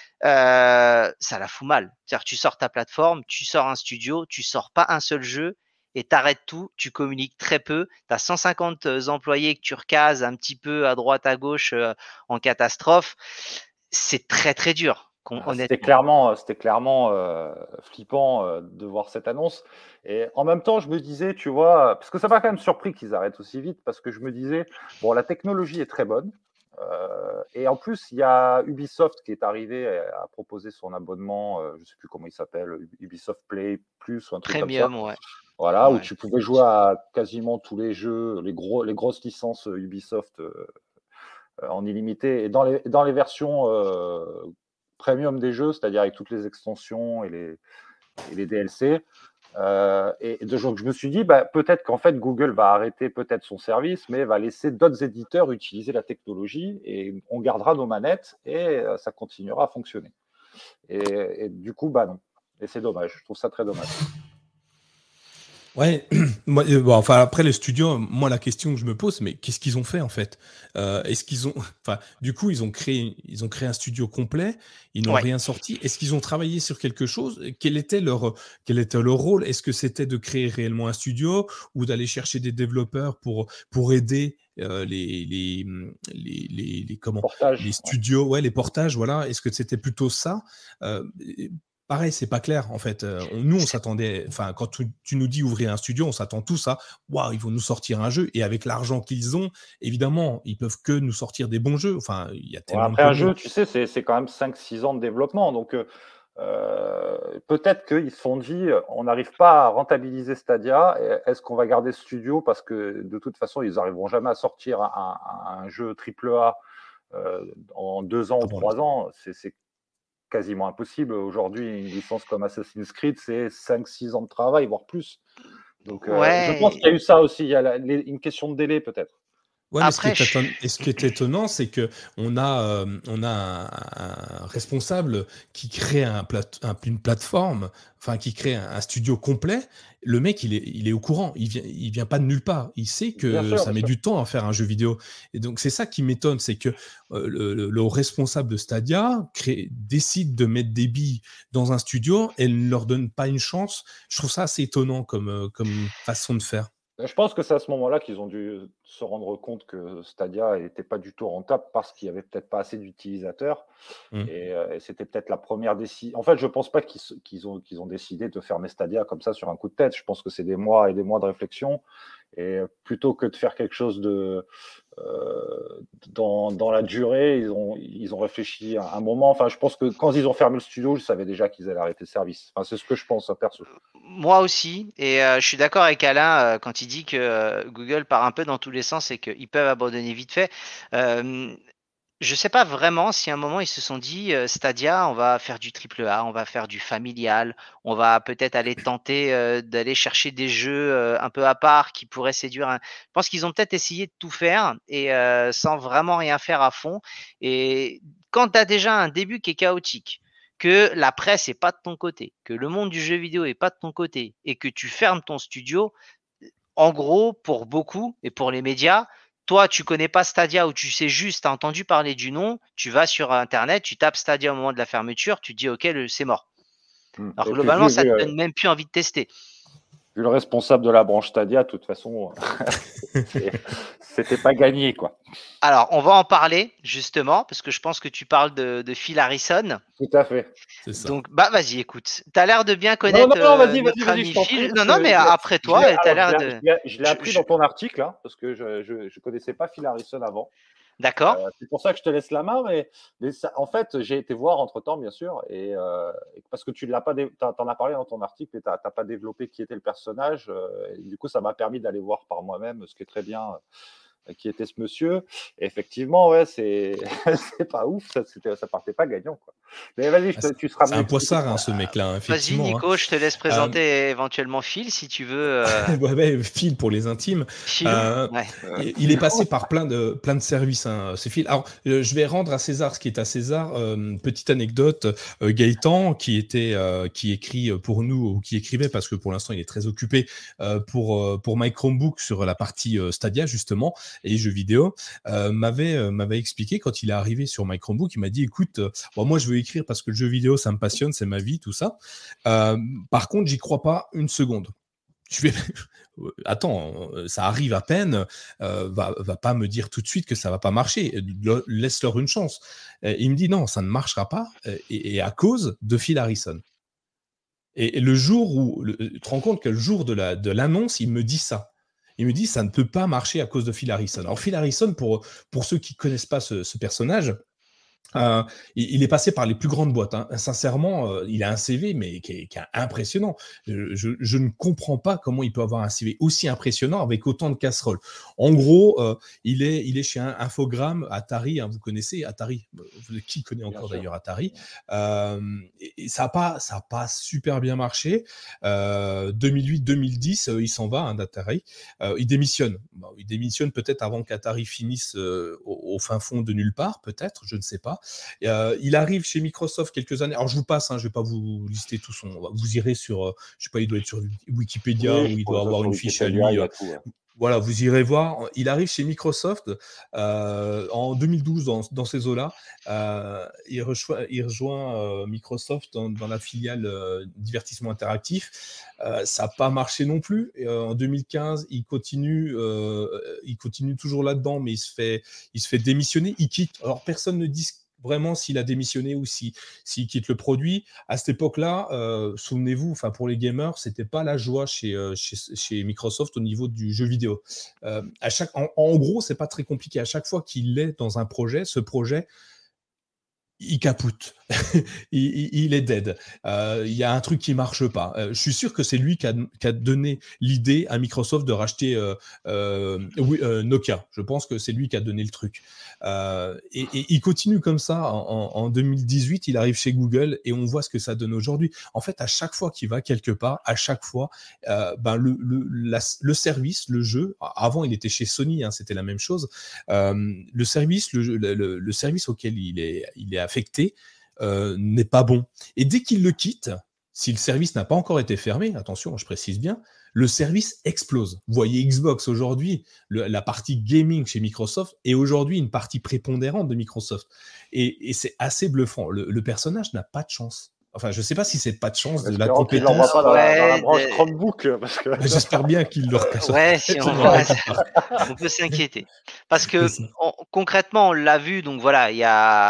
Ça la fout mal. C'est-à-dire, tu sors ta plateforme, tu sors un studio, tu sors pas un seul jeu et t'arrêtes tout, tu communiques très peu, tu as 150 employés que tu recases un petit peu à droite à gauche en catastrophe. C'est très très dur, honnêtement. C'était clairement flippant de voir cette annonce. Et en même temps, je me disais, tu vois, parce que ça m'a quand même surpris qu'ils arrêtent aussi vite, parce que je me disais, bon, la technologie est très bonne. Et en plus, il y a Ubisoft qui est arrivé à proposer son abonnement, je ne sais plus comment il s'appelle, Ubisoft Play Plus ou un truc comme ça. Premium, ouais. Voilà, où Ouais. tu pouvais jouer à quasiment tous les jeux, les grosses licences Ubisoft en illimité. Et dans les versions premium des jeux, c'est-à-dire avec toutes les extensions et les DLC. Donc je me suis dit, bah, peut-être qu'en fait Google va arrêter peut-être son service, mais va laisser d'autres éditeurs utiliser la technologie et on gardera nos manettes et ça continuera à fonctionner. Et du coup, bah non. Et c'est dommage. Je trouve ça très dommage. Ouais, moi, bon, enfin après les studios, moi la question que je me pose, mais qu'est-ce qu'ils ont fait en fait? Est-ce qu'ils ont, enfin, du coup ils ont créé un studio complet, ils n'ont Ouais. rien sorti. Est-ce qu'ils ont travaillé sur quelque chose? Quel était leur rôle? Est-ce que c'était de créer réellement un studio ou d'aller chercher des développeurs pour aider comment Portage. les studios, ouais, les portages, voilà. Est-ce que c'était plutôt ça? Pareil, c'est pas clair en fait. Nous, on s'attendait. Enfin, quand tu nous dis ouvrir un studio, on s'attend tous à waouh, ils vont nous sortir un jeu. Et avec l'argent qu'ils ont, évidemment, ils peuvent que nous sortir des bons jeux. Enfin, il y a Ouais, tellement de après un contenu. jeu, tu sais, c'est quand même 5-6 ans de développement. Donc peut-être qu'ils se sont dit, on n'arrive pas à rentabiliser Stadia. Est-ce qu'on va garder ce studio parce que de toute façon, ils n'arriveront jamais à sortir un jeu AAA en 2 ans ou Avant la- 3 ans. C'est quasiment impossible. Aujourd'hui, une licence comme Assassin's Creed, c'est 5-6 ans de travail, voire plus. Donc, je pense Ouais. qu'il y a eu ça aussi. Il y a une question de délai, peut-être. Ouais, mais Après, ce qui est étonnant, c'est que on a un responsable qui crée une plateforme, enfin qui crée un studio complet. Le mec, il est au courant. Il vient pas de nulle part. Il sait Bien que sûr, ça bien met sûr. du temps à faire un jeu vidéo. Et donc c'est ça qui m'étonne, c'est que le responsable de Stadia décide de mettre des billes dans un studio et ne leur donne pas une chance. Je trouve ça assez étonnant comme façon de faire. Je pense que c'est à ce moment-là qu'ils ont dû se rendre compte que Stadia n'était pas du tout rentable parce qu'il y avait peut-être pas assez d'utilisateurs. Mm. Et c'était peut-être la première décision. En fait, je pense pas qu'ils ont décidé de fermer Stadia comme ça sur un coup de tête. Je pense que c'est des mois et des mois de réflexion. Et plutôt que de faire quelque chose dans la durée, ils ont réfléchi un moment. Enfin, je pense que quand ils ont fermé le studio, je savais déjà qu'ils allaient arrêter le service. Enfin, c'est ce que je pense, perso. moi aussi, et je suis d'accord avec Alain quand il dit que Google part un peu dans tous les sens et qu'ils peuvent abandonner vite fait. Euh, Je sais pas vraiment si à un moment ils se sont dit Stadia, on va faire du triple A, on va faire du familial, on va peut-être aller tenter d'aller chercher des jeux un peu à part qui pourraient séduire. Je pense qu'ils ont peut-être essayé de tout faire et sans vraiment rien faire à fond. Et quand tu as déjà un début qui est chaotique, que la presse est pas de ton côté, que le monde du jeu vidéo est pas de ton côté et que tu fermes ton studio, en gros, pour beaucoup et pour les médias, toi, tu connais pas Stadia ou tu sais juste, tu as entendu parler du nom, tu vas sur Internet, tu tapes Stadia au moment de la fermeture, tu te dis, OK, c'est mort. Alors Et puis, globalement, ça te donne même plus envie de tester. vu le responsable de la branche Stadia, de toute façon, c'était pas gagné, quoi. Alors, on va en parler justement, parce que je pense que tu parles de Phil Harrison. Tout à fait. C'est ça. Donc, bah vas-y, écoute. Tu as l'air de bien Non, connaître non, non, vas-y, notre vas-y, je ami t'en prie, Phil. parce Non, non, que mais après toi, tu as l'air de... je l'ai appris je- dans ton article, hein, parce que je connaissais pas Phil Harrison avant. D'accord. C'est pour ça que je te laisse la main, mais en fait, j'ai été voir entre-temps, bien sûr, et parce que tu l'as pas, t'en as parlé dans ton article, mais t'as pas développé qui était le personnage, et du coup, ça m'a permis d'aller voir par moi-même, ce qui est très bien, qui était ce monsieur. Et effectivement, ouais, c'est c'est pas ouf, ça partait pas gagnant, quoi. Mais vas-y, Ah, tu seras c'est mieux un expliqué. poissard, hein, ce mec-là, hein, Vas-y, effectivement. Nico, je te laisse Hein. présenter éventuellement Phil si tu veux. Ouais, ouais, Phil pour les intimes. Phil, Euh, ouais. il est passé par plein de services, hein, ce Phil. Alors, je vais rendre à César ce qui est à César. Petite anecdote, Gaëtan, qui écrit pour nous, ou qui écrivait, parce que pour l'instant, il est très occupé, pour My Chromebook sur la partie Stadia, justement, et jeux vidéo, m'avait expliqué quand il est arrivé sur My Chromebook, il m'a dit, écoute, bon, moi, je veux écrire parce que le jeu vidéo, ça me passionne, c'est ma vie, tout ça. Par contre, j'y crois pas une seconde. Je vais attends, ça arrive à peine, va pas me dire tout de suite que ça va pas marcher. Laisse-leur une chance. Il me dit non, ça ne marchera pas, et à cause de Phil Harrison. Et le jour où, tu te rends compte que le jour de l'annonce, il me dit ça. Il me dit ça ne peut pas marcher à cause de Phil Harrison. Alors Phil Harrison, pour ceux qui connaissent pas ce personnage, il est passé par les plus grandes boîtes. Hein. Sincèrement, il a un CV, mais qui est impressionnant. Je ne comprends pas comment il peut avoir un CV aussi impressionnant avec autant de casseroles. En gros, il est chez un Infogrames, Atari. Hein, vous connaissez Atari? Qui connaît encore d'ailleurs Atari? Et ça a pas super bien marché. 2008-2010, il s'en va d'Atari. Il démissionne. Bon, il démissionne peut-être avant qu'Atari finisse au fin fond de nulle part, peut-être, je ne sais pas. Il arrive chez Microsoft quelques années. Alors je vous passe, hein, je vais pas vous lister tout son. Vous irez sur, je sais pas, il doit être sur Wikipédia, Oui, où je il trouve doit ça avoir sur une fiche à lui. Wikipédia, il y a tout. Ouais. Voilà, vous irez voir. Il arrive chez Microsoft en 2012 dans ces eaux-là. Il rejoint Microsoft dans la filiale divertissement interactif. Ça n'a pas marché non plus. En 2015, il continue toujours là-dedans, mais il se fait démissionner. Il quitte. Alors personne ne dit vraiment s'il a démissionné ou s'il quitte le produit. À cette époque-là, souvenez-vous, enfin pour les gamers, c'était pas la joie chez Microsoft au niveau du jeu vidéo. En gros, c'est pas très compliqué. À chaque fois qu'il est dans un projet, ce projet il capoute. Il est dead. Il y a un truc qui marche pas. Je suis sûr que c'est lui qui a donné l'idée à Microsoft de racheter Nokia. Je pense que c'est lui qui a donné le truc. Et il continue comme ça. En 2018, il arrive chez Google et on voit ce que ça donne aujourd'hui. En fait, à chaque fois qu'il va quelque part, à chaque fois, le service, le jeu, avant il était chez Sony, hein, c'était la même chose. Le service auquel il est affecté n'est pas bon. Et dès qu'il le quitte, si le service n'a pas encore été fermé, attention, je précise bien, le service explose. Vous voyez Xbox aujourd'hui, la partie gaming chez Microsoft est aujourd'hui une partie prépondérante de Microsoft. Et c'est assez bluffant. Le personnage n'a pas de chance. Enfin, je ne sais pas si c'est pas de chance, de la compétence. Il l'envoie pas dans la branche Chromebook. Parce que... J'espère bien qu'il le repasse. Ouais, si on voit, on peut s'inquiéter. Parce que concrètement, on l'a vu, donc voilà, il y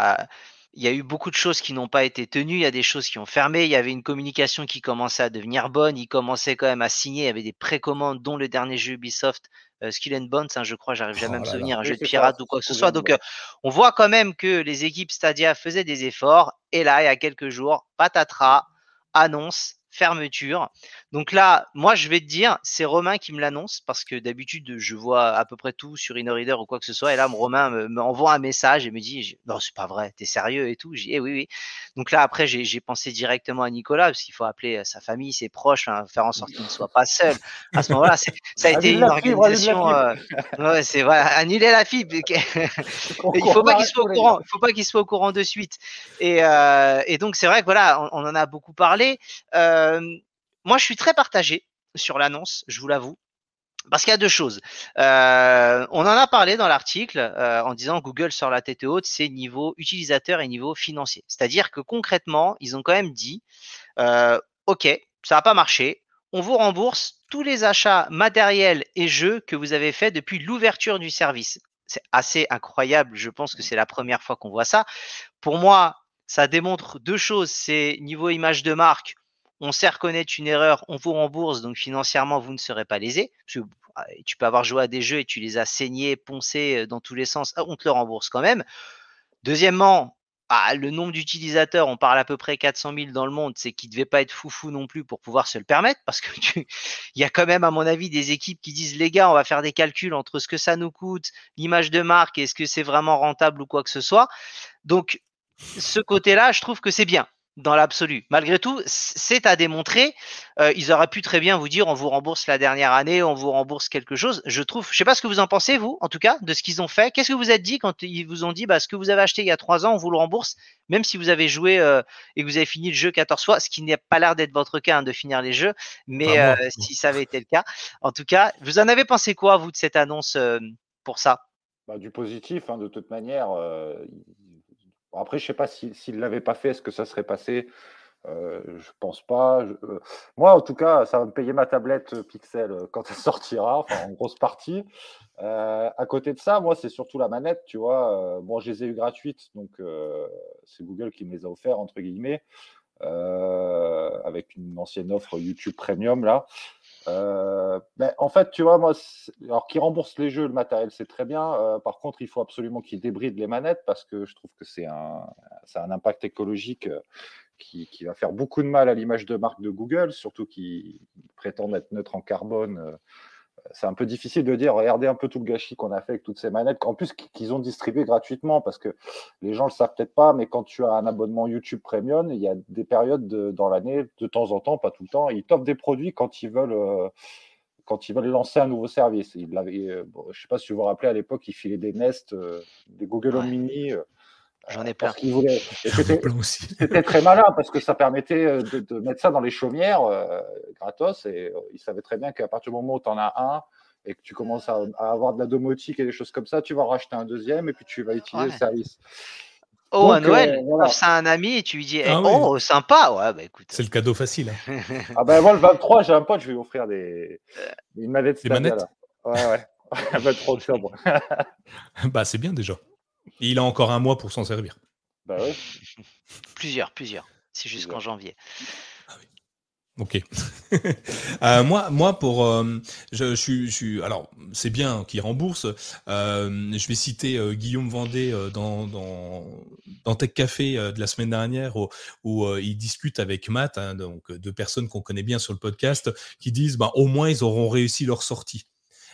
a eu beaucoup de choses qui n'ont pas été tenues, il y a des choses qui ont fermé, il y avait une communication qui commençait à devenir bonne, ils commençaient quand même à signer, il y avait des précommandes, dont le dernier jeu Ubisoft, Skull and Bones, hein, je crois, j'arrive jamais à me souvenir, un jeu de pirate ou quoi que ce soit. Donc on voit quand même que les équipes Stadia faisaient des efforts, et là, il y a quelques jours, patatras, annonce, fermeture. Donc là, moi, je vais te dire, c'est Romain qui me l'annonce parce que d'habitude, je vois à peu près tout sur InnoReader ou quoi que ce soit. Et là, Romain m'envoie un message et me dit, non, c'est pas vrai, t'es sérieux et tout. J'ai dit, oui, oui. Donc là, après, j'ai pensé directement à Nicolas parce qu'il faut appeler sa famille, ses proches, hein, faire en sorte qu'il ne soit pas seul. À ce moment-là, ça a été une organisation. Ouais, c'est voilà, annuler la fibre. Il faut pas qu'il soit au courant. Il faut pas qu'il soit au courant de suite. Et donc c'est vrai que voilà, on en a beaucoup parlé. Moi, je suis très partagé sur l'annonce, je vous l'avoue. Parce qu'il y a deux choses. On en a parlé dans l'article en disant Google sort la tête haute, c'est niveau utilisateur et niveau financier. C'est-à-dire que concrètement, ils ont quand même dit OK, ça n'a pas marché, on vous rembourse tous les achats matériels et jeux que vous avez faits depuis l'ouverture du service. C'est assez incroyable, je pense que c'est la première fois qu'on voit ça. Pour moi, ça démontre deux choses, c'est niveau image de marque, on sait reconnaître une erreur, on vous rembourse, donc financièrement, vous ne serez pas lésé. Parce que tu peux avoir joué à des jeux et tu les as saignés, poncés dans tous les sens, on te le rembourse quand même. Deuxièmement, le nombre d'utilisateurs, on parle à peu près 400 000 dans le monde, c'est qu'il ne devait pas être foufou non plus pour pouvoir se le permettre, parce que il y a quand même, à mon avis, des équipes qui disent, les gars, on va faire des calculs entre ce que ça nous coûte, l'image de marque, est-ce que c'est vraiment rentable ou quoi que ce soit. Donc, ce côté-là, je trouve que c'est bien. Dans l'absolu. Malgré tout, c'est à démontrer. Ils auraient pu très bien vous dire on vous rembourse la dernière année, on vous rembourse quelque chose. Je trouve, je sais pas ce que vous en pensez, vous, en tout cas, de ce qu'ils ont fait. Qu'est-ce que vous êtes dit quand ils vous ont dit ce que vous avez acheté il y a 3 ans, on vous le rembourse, même si vous avez joué et que vous avez fini le jeu 14 fois, ce qui n'a pas l'air d'être votre cas, hein, de finir les jeux, mais si ça avait été le cas. En tout cas, vous en avez pensé quoi, vous, de cette annonce pour ça? Du positif, hein, de toute manière. Après, je ne sais pas s'il ne l'avait pas fait, est-ce que ça serait passé? Je pense pas. Moi, en tout cas, ça va me payer ma tablette Pixel quand elle sortira, enfin, en grosse partie. À côté de ça, moi, c'est surtout la manette, tu vois. Bon, je les ai eu gratuites, donc c'est Google qui me les a offerts, entre guillemets, avec une ancienne offre YouTube Premium, là. En fait, tu vois, moi, alors qu'ils remboursent les jeux, le matériel, c'est très bien. Par contre, il faut absolument qu'ils débrident les manettes parce que je trouve que ça a un impact écologique qui va faire beaucoup de mal à l'image de marque de Google, surtout qu'ils prétendent être neutres en carbone. C'est un peu difficile de dire, regardez un peu tout le gâchis qu'on a fait avec toutes ces manettes, en plus qu'ils ont distribué gratuitement, parce que les gens ne le savent peut-être pas, mais quand tu as un abonnement YouTube Premium, il y a des périodes dans l'année, de temps en temps, pas tout le temps, ils t'offrent des produits quand ils veulent lancer un nouveau service. Je ne sais pas si vous vous rappelez, à l'époque, ils filaient des Nest, des Google Home Mini. J'en ai plein. C'était très malin parce que ça permettait de mettre ça dans les chaumières gratos, et ils savaient très bien qu'à partir du moment où tu en as un et que tu commences à avoir de la domotique et des choses comme ça, tu vas en racheter un deuxième et puis tu vas utiliser le service. Donc, à Noël, voilà. Ça à un ami et tu lui dis oui. Sympa, ouais, écoute. C'est le cadeau facile. Hein. Moi, le 23, j'ai un pote, je vais lui offrir une manette Stadia. Ouais. Le 23 octobre. C'est bien déjà. Et il a encore 1 mois pour s'en servir. Oui. Plusieurs. C'est jusqu'en janvier. Ah oui. Ok. Moi, pour, je suis, alors, c'est bien qu'ils remboursent. Je vais citer Guillaume Vendée dans Tech Café de la semaine dernière où il discute avec Matt, hein, donc deux personnes qu'on connaît bien sur le podcast, qui disent, bah, au moins ils auront réussi leur sortie.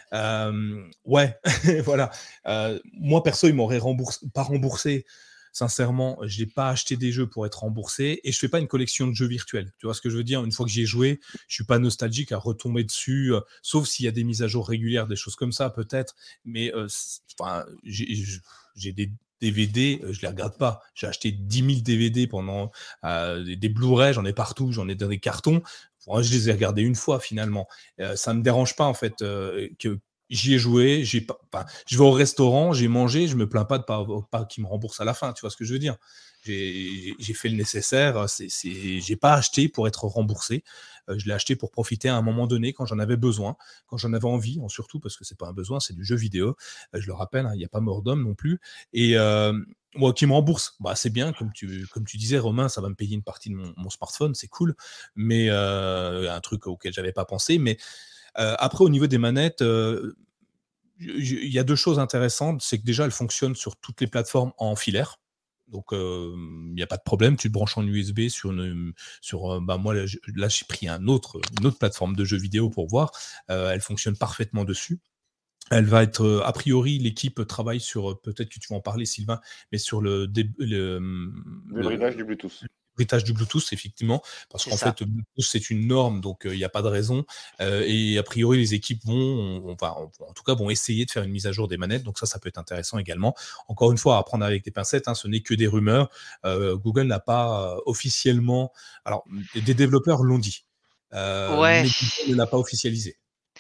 Ouais, voilà. Moi perso, ils m'auraient pas remboursé. Sincèrement, j'ai pas acheté des jeux pour être remboursé et je fais pas une collection de jeux virtuels. Tu vois ce que je veux dire? Une fois que j'y ai joué, je suis pas nostalgique à retomber dessus, sauf s'il y a des mises à jour régulières, des choses comme ça peut-être. Mais enfin, j'ai des DVD, je les regarde pas. J'ai acheté 10 000 DVD pendant des Blu-ray, j'en ai partout, j'en ai dans des cartons. Moi, je les ai regardés une fois finalement. Ça me dérange pas en fait que j'y ai joué, je vais au restaurant, j'ai mangé, je me plains pas de pas qu'ils me remboursent à la fin, tu vois ce que je veux dire. J'ai fait le nécessaire, j'ai pas acheté pour être remboursé, je l'ai acheté pour profiter à un moment donné quand j'en avais besoin, quand j'en avais envie, surtout parce que c'est pas un besoin, c'est du jeu vidéo. Je le rappelle, il n'y a pas mort d'homme non plus. Et moi, qui me rembourse, bah c'est bien, comme tu disais, Romain, ça va me payer une partie de mon smartphone, c'est cool, mais un truc auquel j'avais pas pensé, mais après, au niveau des manettes, il y a deux choses intéressantes. C'est que déjà, elles fonctionnent sur toutes les plateformes en filaire. Donc, il n'y a pas de problème. Tu te branches en USB bah, moi, là, j'ai pris une autre plateforme de jeux vidéo pour voir. Elle fonctionne parfaitement dessus. Elle va être, a priori, l'équipe travaille sur, peut-être que tu vas en parler, Sylvain, mais sur Débridage du Bluetooth. Bruitage du Bluetooth, effectivement, parce qu'en fait, Bluetooth, c'est une norme, donc il n'y a pas de raison. Et a priori, les équipes en tout cas, vont essayer de faire une mise à jour des manettes, donc ça peut être intéressant également. Encore une fois, à prendre avec des pincettes, hein, ce n'est que des rumeurs. Google n'a pas officiellement... Alors, des développeurs l'ont dit, Ouais. mais Google ne l'a pas officialisé.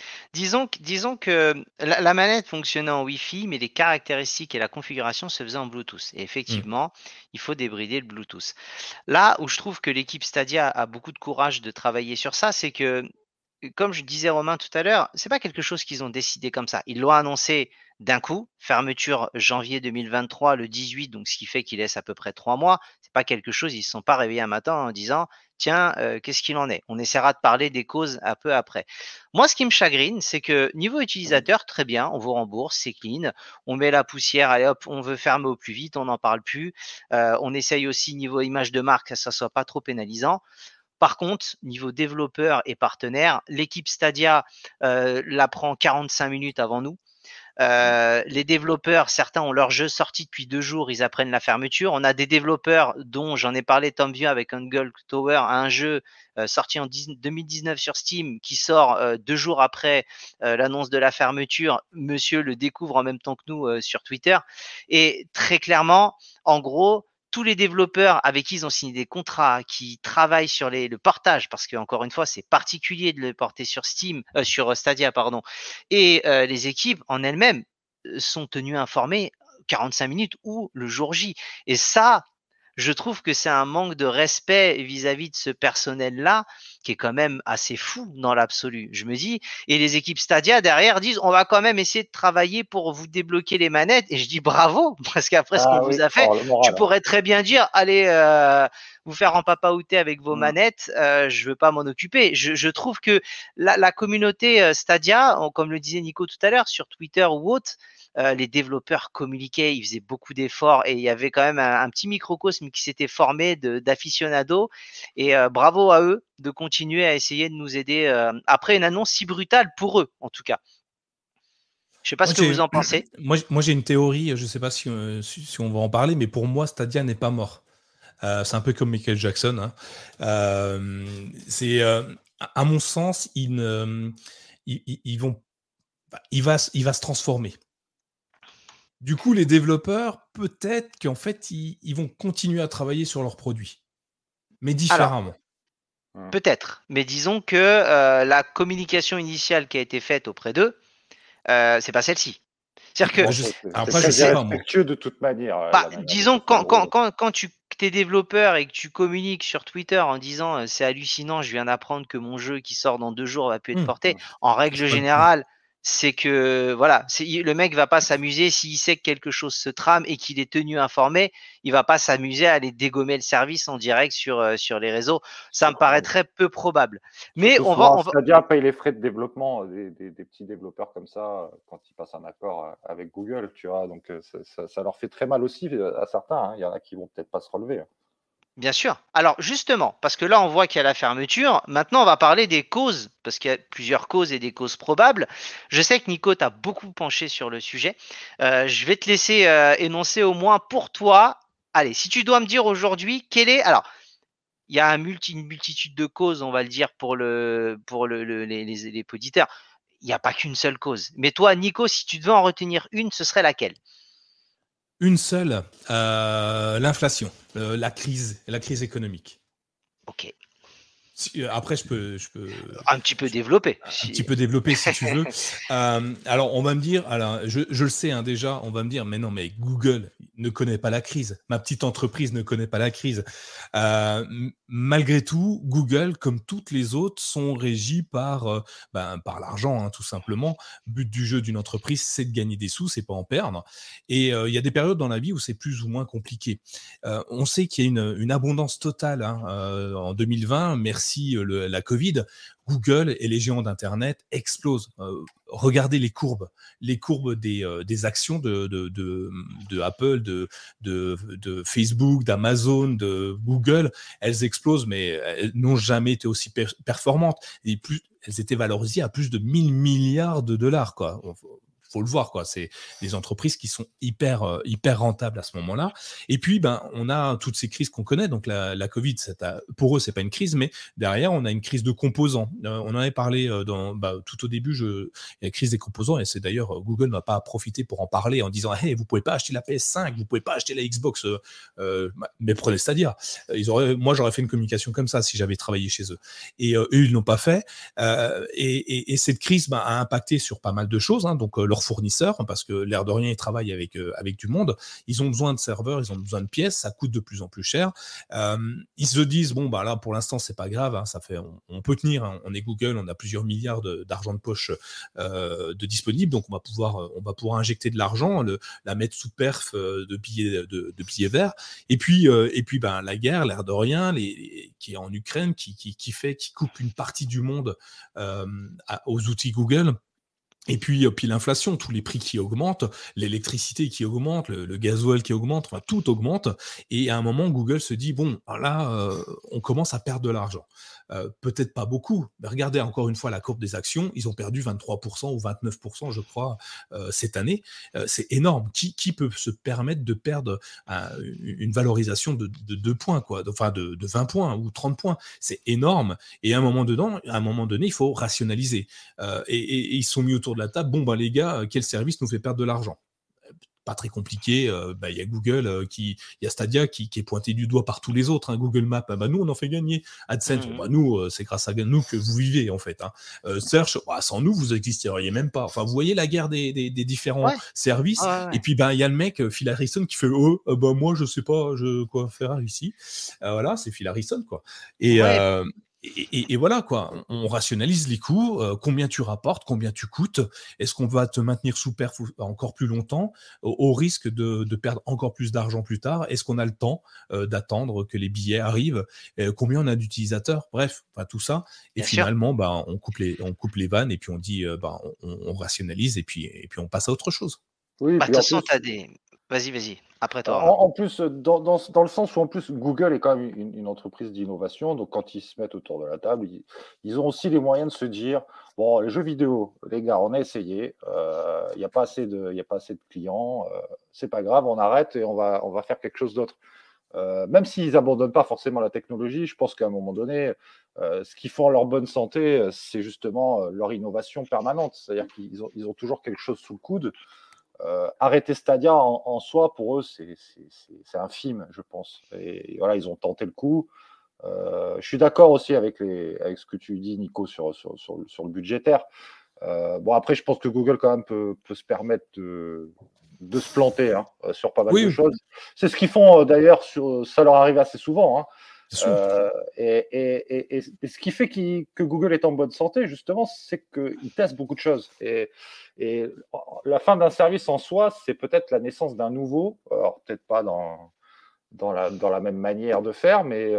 Disons que la manette fonctionnait en Wi-Fi, mais les caractéristiques et la configuration se faisaient en Bluetooth. Et effectivement, il faut débrider le Bluetooth. Là où je trouve que l'équipe Stadia a beaucoup de courage de travailler sur ça, c'est que, comme je disais Romain tout à l'heure, c'est pas quelque chose qu'ils ont décidé comme ça. Ils l'ont annoncé d'un coup, fermeture janvier 2023, le 18, donc ce qui fait qu'il laisse à peu près 3 mois. C'est pas quelque chose, ils se sont pas réveillés un matin en disant tiens, qu'est-ce qu'il en est? On essaiera de parler des causes un peu après. Moi, ce qui me chagrine, c'est que niveau utilisateur, très bien, on vous rembourse, c'est clean, on met la poussière, allez hop, on veut fermer au plus vite, on n'en parle plus. On essaye aussi niveau image de marque, que ça soit pas trop pénalisant. Par contre, niveau développeur et partenaire, l'équipe Stadia la prend 45 minutes avant nous. Les développeurs, certains ont leur jeu sorti depuis 2 jours, ils apprennent la fermeture. On a des développeurs dont j'en ai parlé, Tom View avec Ungle Tower, un jeu sorti en 2019 sur Steam qui sort 2 jours après l'annonce de la fermeture. Monsieur le découvre en même temps que nous sur Twitter. Et très clairement, en gros, tous les développeurs avec qui ils ont signé des contrats, qui travaillent sur le portage, parce que encore une fois, c'est particulier de le porter sur Steam, sur Stadia, pardon, et les équipes en elles-mêmes sont tenues informées 45 minutes ou le jour J. Et ça, je trouve que c'est un manque de respect vis-à-vis de ce personnel-là qui est quand même assez fou dans l'absolu. Je me dis, et les équipes Stadia derrière disent, on va quand même essayer de travailler pour vous débloquer les manettes. Et je dis bravo, parce qu'après ce qu'on vous a fait, tu pourrais très bien dire, allez, vous faire empapaouter avec vos manettes, je veux pas m'en occuper. Je trouve que la communauté Stadia, comme le disait Nico tout à l'heure, sur Twitter ou autre, les développeurs communiquaient, ils faisaient beaucoup d'efforts et il y avait quand même un petit microcosme qui s'était formé d'aficionados et bravo à eux de continuer à essayer de nous aider après une annonce si brutale pour eux en tout cas. Je sais pas ce que vous en pensez. Moi j'ai une théorie, je sais pas si on va en parler, mais pour moi Stadia n'est pas mort. C'est un peu comme Michael Jackson. Hein. À mon sens, il va se transformer. Du coup, les développeurs, peut-être qu'en fait, ils vont continuer à travailler sur leurs produits, mais différemment. Alors, peut-être, mais disons que la communication initiale qui a été faite auprès d'eux, c'est pas celle-ci. C'est-à-dire que je sais pas, moi. De toute manière. Disons quand tu es développeur et que tu communiques sur Twitter en disant c'est hallucinant, je viens d'apprendre que mon jeu qui sort dans 2 jours va plus être porté. En règle générale, c'est que voilà, le mec va pas s'amuser s'il sait que quelque chose se trame et qu'il est tenu informé, il va pas s'amuser à aller dégommer le service en direct sur les réseaux. Ça me paraît très peu probable. Mais Surtout on va, souvent, on va, Stadia paye les frais de développement des petits développeurs comme ça quand ils passent un accord avec Google, tu vois. Donc ça leur fait très mal aussi à certains, hein. Il y en a qui vont peut-être pas se relever, hein. Bien sûr. Alors justement, parce que là on voit qu'il y a la fermeture, maintenant on va parler des causes, parce qu'il y a plusieurs causes et des causes probables. Je sais que Nico t'a beaucoup penché sur le sujet. Je vais te laisser énoncer au moins pour toi. Allez, si tu dois me dire aujourd'hui quelle est. Alors, il y a une multitude de causes, on va le dire, pour les auditeurs. Il n'y a pas qu'une seule cause. Mais toi, Nico, si tu devais en retenir une, ce serait laquelle? Une seule, l'inflation, la crise économique. Ok. Après, je peux Un petit peu développé. un petit peu développer si tu veux. Alors, on va me dire, alors, je le sais hein, déjà, on va me dire, mais non, mais Google ne connaît pas la crise. Ma petite entreprise ne connaît pas la crise. Malgré tout, Google, comme toutes les autres, sont régis par l'argent, hein, tout simplement. Le but du jeu d'une entreprise, c'est de gagner des sous, c'est pas en perdre. Et il y a des périodes dans la vie où c'est plus ou moins compliqué. On sait qu'il y a une abondance totale hein, en 2020, merci la Covid. Google et les géants d'Internet explosent. Regardez les courbes des actions de Apple, de Facebook, d'Amazon, de Google. Elles explosent, mais elles n'ont jamais été aussi performantes. Et elles étaient valorisées à plus de 1000 milliards de dollars, quoi. Faut le voir, quoi. C'est des entreprises qui sont hyper rentables à ce moment-là. Et puis, on a toutes ces crises qu'on connaît. Donc, la Covid, pour eux, c'est pas une crise, mais derrière, on a une crise de composants. On en avait parlé tout au début. Il y a la crise des composants, et c'est d'ailleurs Google n'a pas profité pour en parler en disant, hey, vous pouvez pas acheter la PS5, vous pouvez pas acheter la Xbox, mais prenez Stadia. Moi, j'aurais fait une communication comme ça si j'avais travaillé chez eux. Et eux, ils l'ont pas fait. Et cette crise a impacté sur pas mal de choses. Hein, donc leurs fournisseurs, parce que l'air de rien, ils travaillent avec du monde. Ils ont besoin de serveurs, ils ont besoin de pièces, ça coûte de plus en plus cher. Ils se disent bon là pour l'instant c'est pas grave, hein, on peut tenir. Hein, on est Google, on a plusieurs milliards d'argent de poche de disponible, donc on va pouvoir injecter de l'argent, la mettre sous perf de billets verts. Et puis la guerre, l'air de rien, qui est en Ukraine, qui coupe une partie du monde aux outils Google. Et puis l'inflation, tous les prix qui augmentent, l'électricité qui augmente, le gasoil qui augmente, enfin tout augmente. Et à un moment, Google se dit bon, là, on commence à perdre de l'argent. Peut-être pas beaucoup, mais regardez encore une fois la courbe des actions, ils ont perdu 23% ou 29%, je crois, cette année. C'est énorme. Qui peut se permettre de perdre une valorisation de 2 points, quoi, de 20 points ou 30 points? C'est énorme. Et à un moment donné, il faut rationaliser. Et ils se sont mis autour de la table. Bon, les gars, quel service nous fait perdre de l'argent? Pas très compliqué. Il y a Google, il y a Stadia qui est pointé du doigt par tous les autres. Hein. Google Maps, nous, on en fait gagner. AdSense, nous, c'est grâce à nous que vous vivez, en fait. Hein. Search, sans nous, vous n'existeriez même pas. Enfin, vous voyez la guerre des différents services. Et puis, il y a le mec, Phil Harrison, qui fait moi, je sais pas quoi faire ici. Voilà, c'est Phil Harrison, quoi. Et voilà, quoi. On rationalise les coûts, combien tu rapportes, combien tu coûtes, est-ce qu'on va te maintenir sous perf encore plus longtemps, au risque de perdre encore plus d'argent plus tard, est-ce qu'on a le temps d'attendre que les billets arrivent, combien on a d'utilisateurs, bref, tout ça. Et finalement, on coupe les vannes et puis on dit, on rationalise et puis on passe à autre chose. Oui, de toute façon, tu as des... Vas-y, après toi. En plus, dans le sens où en plus Google est quand même une entreprise d'innovation, donc quand ils se mettent autour de la table, ils ont aussi les moyens de se dire bon, les jeux vidéo, les gars, on a essayé, il n'y a pas assez de clients, c'est pas grave, on arrête et on va faire quelque chose d'autre. Même s'ils abandonnent pas forcément la technologie, je pense qu'à un moment donné, ce qui font leur bonne santé, c'est justement leur innovation permanente, c'est-à-dire qu'ils ont toujours quelque chose sous le coude. Arrêter Stadia en soi, pour eux, c'est infime, je pense. Et voilà, ils ont tenté le coup. Je suis d'accord aussi avec ce que tu dis, Nico, sur le budgétaire. Après, je pense que Google, quand même, peut se permettre de se planter sur pas mal de choses. C'est ce qu'ils font, d'ailleurs, ça leur arrive assez souvent. Hein. Bien sûr. Et ce qui fait que Google est en bonne santé, justement, c'est qu'il teste beaucoup de choses. Et la fin d'un service en soi, c'est peut-être la naissance d'un nouveau. Alors, peut-être pas dans la même manière de faire, mais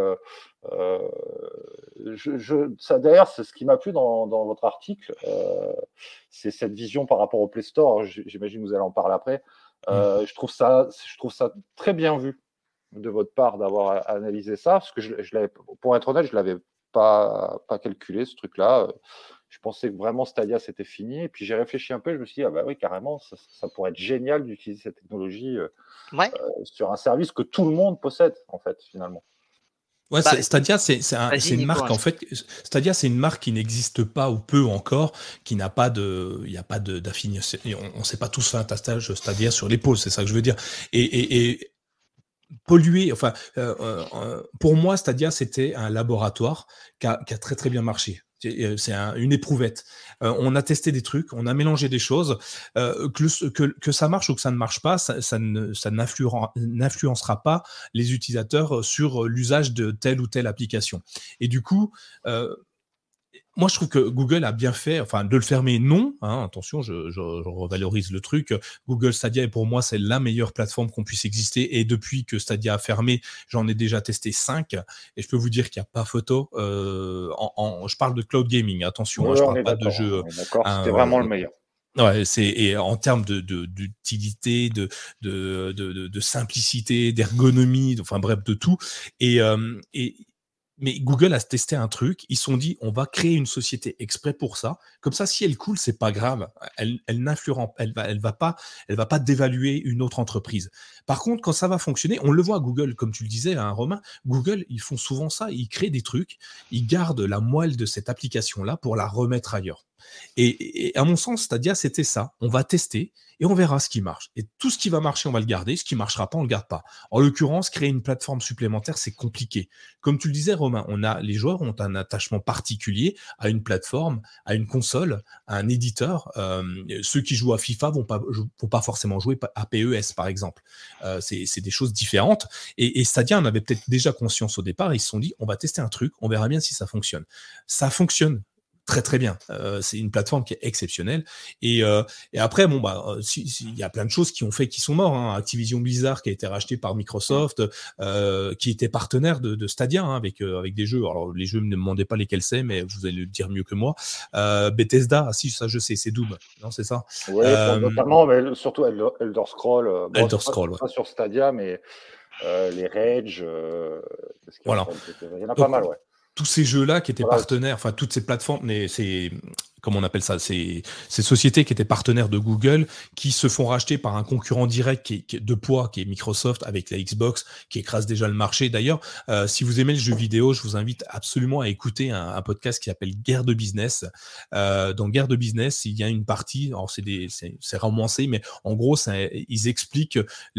ça, d'ailleurs, c'est ce qui m'a plu dans votre article. C'est cette vision par rapport au Play Store. J'imagine que vous allez en parler après. Je trouve ça très bien vu de votre part d'avoir analysé ça, parce que pour être honnête, je l'avais pas calculé ce truc-là. Je pensais que vraiment Stadia c'était fini, et puis j'ai réfléchi un peu, je me suis dit ah bah oui, carrément, ça pourrait être génial d'utiliser cette technologie Ouais. sur un service que tout le monde possède en fait finalement. Ouais, Bah, Stadia, c'est vas-y, une Nico, marque en fait. Stadia, c'est une marque qui n'existe pas ou peu encore, qui n'a pas il n'y a pas d'affinition. On s'est pas tous fait un tastage Stadia sur l'épaule, c'est ça que je veux dire. Et polluer, enfin, pour moi, Stadia, c'était un laboratoire qui a très très bien marché. C'est une éprouvette. On a testé des trucs, on a mélangé des choses. Que ça marche ou que ça ne marche pas, ça n'influencera pas les utilisateurs sur l'usage de telle ou telle application. Et du coup, moi, je trouve que Google a bien fait, enfin, de le fermer, non. Hein, attention, je revalorise le truc. Google Stadia, pour moi, c'est la meilleure plateforme qu'on puisse exister. Et depuis que Stadia a fermé, j'en ai déjà testé 5. Et je peux vous dire qu'il n'y a pas photo. Je parle de cloud gaming, attention. Oui, Je on parle est pas de d'accord. jeux. On est d'accord, c'était vraiment le meilleur. Ouais, et en termes d'utilité, de simplicité, d'ergonomie, enfin bref, de tout. Mais Google a testé un truc, ils se sont dit, on va créer une société exprès pour ça. Comme ça, si elle coule, c'est pas grave. Elle va pas dévaluer une autre entreprise. Par contre, quand ça va fonctionner, on le voit à Google, comme tu le disais, hein, Romain, Google, ils font souvent ça, ils créent des trucs, ils gardent la moelle de cette application-là pour la remettre ailleurs. Et à mon sens, Stadia, c'était ça. On va tester et on verra ce qui marche. Et tout ce qui va marcher, on va le garder. Ce qui marchera pas, on le garde pas. En l'occurrence, créer une plateforme supplémentaire, c'est compliqué. Comme tu le disais, Romain, les joueurs ont un attachement particulier à une plateforme, à une console, à un éditeur. Ceux qui jouent à FIFA vont pas forcément jouer à PES, par exemple. C'est des choses différentes. Et Stadia en avait peut-être déjà conscience au départ. Ils se sont dit, on va tester un truc, on verra bien si ça fonctionne. Ça fonctionne très très bien. C'est une plateforme qui est exceptionnelle. Et après, bon bah, il y a plein de choses qui ont fait qui sont morts. Hein. Activision Blizzard qui a été racheté par Microsoft, qui était partenaire de Stadia hein, avec des jeux. Alors les jeux, ne me demandez pas lesquels c'est, mais vous allez le dire mieux que moi. Bethesda, si ça je sais, c'est Doom, non c'est ça. Oui, notamment, mais surtout Elder Scroll. Elder Scroll, pas sur Stadia, mais les Rage. Voilà. Il y en a pas mal, ouais. Tous ces jeux-là qui étaient partenaires, enfin toutes ces plateformes, mais c'est comment on appelle ça, ces sociétés qui étaient partenaires de Google, qui se font racheter par un concurrent direct qui est de poids, qui est Microsoft avec la Xbox, qui écrase déjà le marché. D'ailleurs, si vous aimez le jeu vidéo, je vous invite absolument à écouter un podcast qui s'appelle Guerre de Business. Dans Guerre de Business, il y a une partie, alors c'est romancé, mais en gros, ils expliquent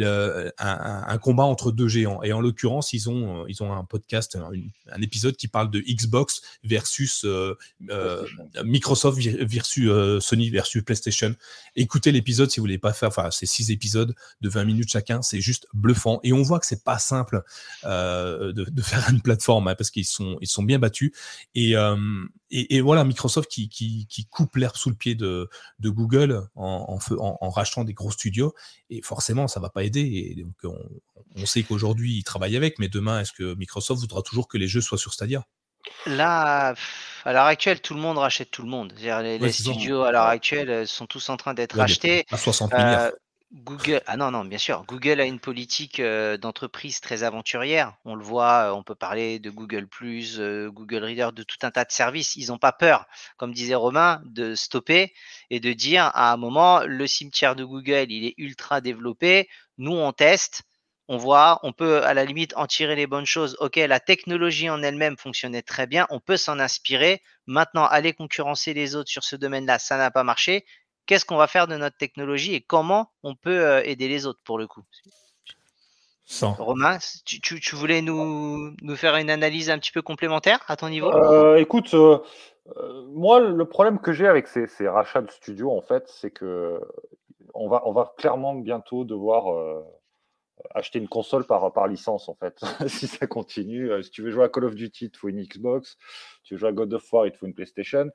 un combat entre deux géants. Et en l'occurrence, ils ont un podcast, un épisode qui parle de Xbox versus Microsoft versus Sony versus PlayStation. Écoutez l'épisode si vous voulez pas faire, enfin c'est 6 épisodes de 20 minutes chacun, c'est juste bluffant et on voit que c'est pas simple de faire une plateforme hein, parce qu'ils sont bien battus et voilà Microsoft qui coupe l'herbe sous le pied de Google en rachetant des gros studios et forcément ça va pas aider et donc on sait qu'aujourd'hui ils travaillent avec, mais demain est-ce que Microsoft voudra toujours que les jeux soient sur Stadia? Là, à l'heure actuelle, tout le monde rachète tout le monde. C'est-à-dire les studios à l'heure actuelle sont tous en train d'être rachetés. À 60 milliards. Google, non, bien sûr. Google a une politique d'entreprise très aventurière. On le voit, on peut parler de Google+, Google Reader, de tout un tas de services. Ils n'ont pas peur, comme disait Romain, de stopper et de dire à un moment, le cimetière de Google, il est ultra développé. Nous, on teste. On voit, on peut à la limite en tirer les bonnes choses. Ok, la technologie en elle-même fonctionnait très bien, on peut s'en inspirer. Maintenant, aller concurrencer les autres sur ce domaine-là, ça n'a pas marché. Qu'est-ce qu'on va faire de notre technologie et comment on peut aider les autres pour le coup? Romain, tu voulais nous faire une analyse un petit peu complémentaire à ton niveau? Écoute, moi, le problème que j'ai avec ces rachats de studios, en fait, c'est que on va clairement bientôt devoir acheter une console par licence, en fait. Si ça continue, si tu veux jouer à Call of Duty, il te faut une Xbox. Si tu veux jouer à God of War, il te faut une PlayStation.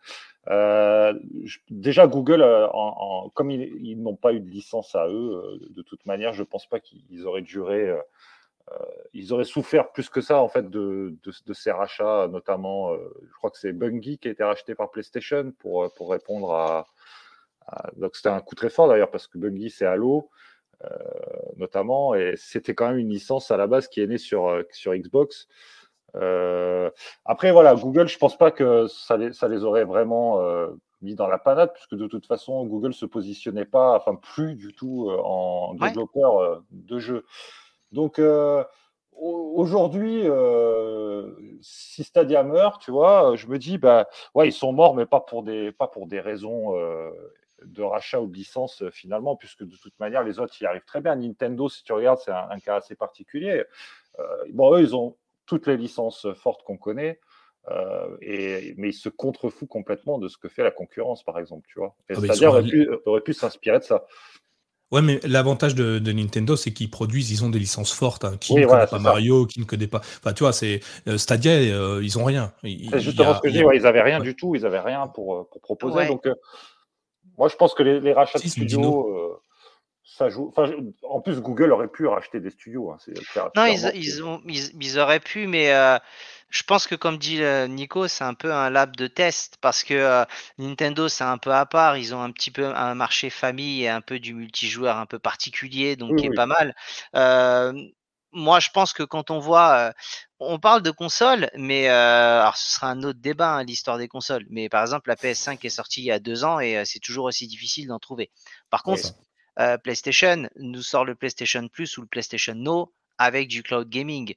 Déjà, Google, comme ils n'ont pas eu de licence à eux, de toute manière, je ne pense pas qu'ils auraient duré. Ils auraient souffert plus que ça, en fait, de ces rachats, notamment, je crois que c'est Bungie qui a été racheté par PlayStation pour répondre donc c'était un coup très fort d'ailleurs, parce que Bungie, c'est Halo, notamment, et c'était quand même une licence à la base qui est née sur Xbox. Après, voilà, Google, je pense pas que ça les aurait vraiment mis dans la panade, puisque de toute façon, Google se positionnait pas, enfin plus du tout en Ouais. développeur de jeux. Donc aujourd'hui, si Stadia meurt, tu vois, je me dis, bah ouais, ils sont morts, mais pas pour des raisons de rachat ou de licence finalement, puisque de toute manière, les autres y arrivent très bien. Nintendo, si tu regardes, c'est un cas assez particulier. Bon, eux, ils ont toutes les licences fortes qu'on connaît. Mais ils se contrefouent complètement de ce que fait la concurrence, par exemple, tu vois. Et Stadia aurait pu s'inspirer de ça. Ouais, mais l'avantage de Nintendo, c'est qu'ils produisent, ils ont des licences fortes. Hein. Qui Oui, ne voilà, connaît pas c'est ça. Mario, qui ne connaît pas. Enfin, tu vois, c'est Stadia, ils ont rien. C'est justement ce que je dis. Ouais, ils n'avaient rien du tout. Ils n'avaient rien pour proposer. Ouais. Donc, moi, je pense que les rachats de Si, Dino. studios, ça joue. Enfin, en plus, Google aurait pu racheter des studios. Hein, c'est Non, clairement. ils auraient pu, mais je pense que comme dit Nico, c'est un peu un lab de test parce que Nintendo, c'est un peu à part. Ils ont un petit peu un marché famille et un peu du multijoueur un peu particulier, donc Oui, qui est oui. pas mal. Euh, Moi, je pense que quand on voit, on parle de consoles, mais alors ce sera un autre débat, hein, l'histoire des consoles. Mais par exemple, la PS5 est sortie il y a 2 ans et c'est toujours aussi difficile d'en trouver. Par Oui. contre, PlayStation nous sort le PlayStation Plus ou le PlayStation Now avec du cloud gaming.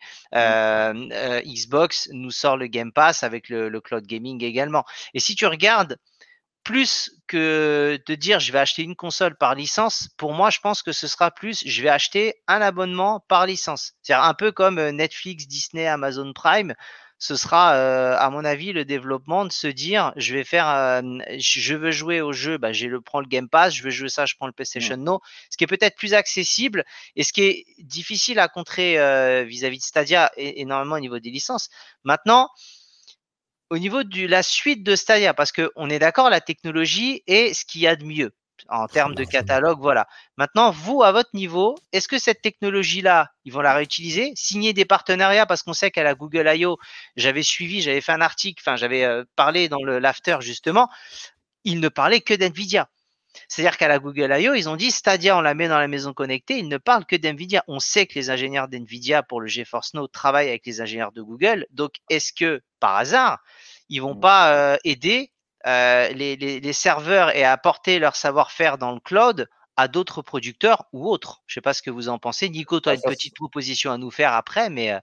Xbox nous sort le Game Pass avec le cloud gaming également. Et si tu regardes, plus que de dire je vais acheter une console par licence, pour moi, je pense que ce sera plus je vais acheter un abonnement par licence. C'est-à-dire un peu comme Netflix, Disney, Amazon Prime. Ce sera, à mon avis, le développement de se dire je vais faire, je veux jouer au jeu, bah, prends le Game Pass, je veux jouer ça, je prends le PlayStation Now, ce qui est peut-être plus accessible et ce qui est difficile à contrer vis-à-vis de Stadia énormément au niveau des licences. Maintenant, au niveau de la suite de Stadia, parce qu'on est d'accord, la technologie est ce qu'il y a de mieux en termes de Largement. catalogue, voilà. Maintenant, vous, à votre niveau, est-ce que cette technologie-là, ils vont la réutiliser, signer des partenariats, parce qu'on sait qu'à la Google I.O., j'avais fait un article, enfin, j'avais parlé dans l'after, justement, ils ne parlaient que d'NVIDIA. C'est-à-dire qu'à la Google I.O., ils ont dit Stadia, on la met dans la maison connectée, ils ne parlent que d'NVIDIA. On sait que les ingénieurs d'NVIDIA pour le GeForce Now travaillent avec les ingénieurs de Google. Donc, est-ce que, par hasard, ils vont pas aider les serveurs et apporter leur savoir-faire dans le cloud à d'autres producteurs ou autres? Je ne sais pas ce que vous en pensez. Nico, tu as une petite proposition à nous faire après, mais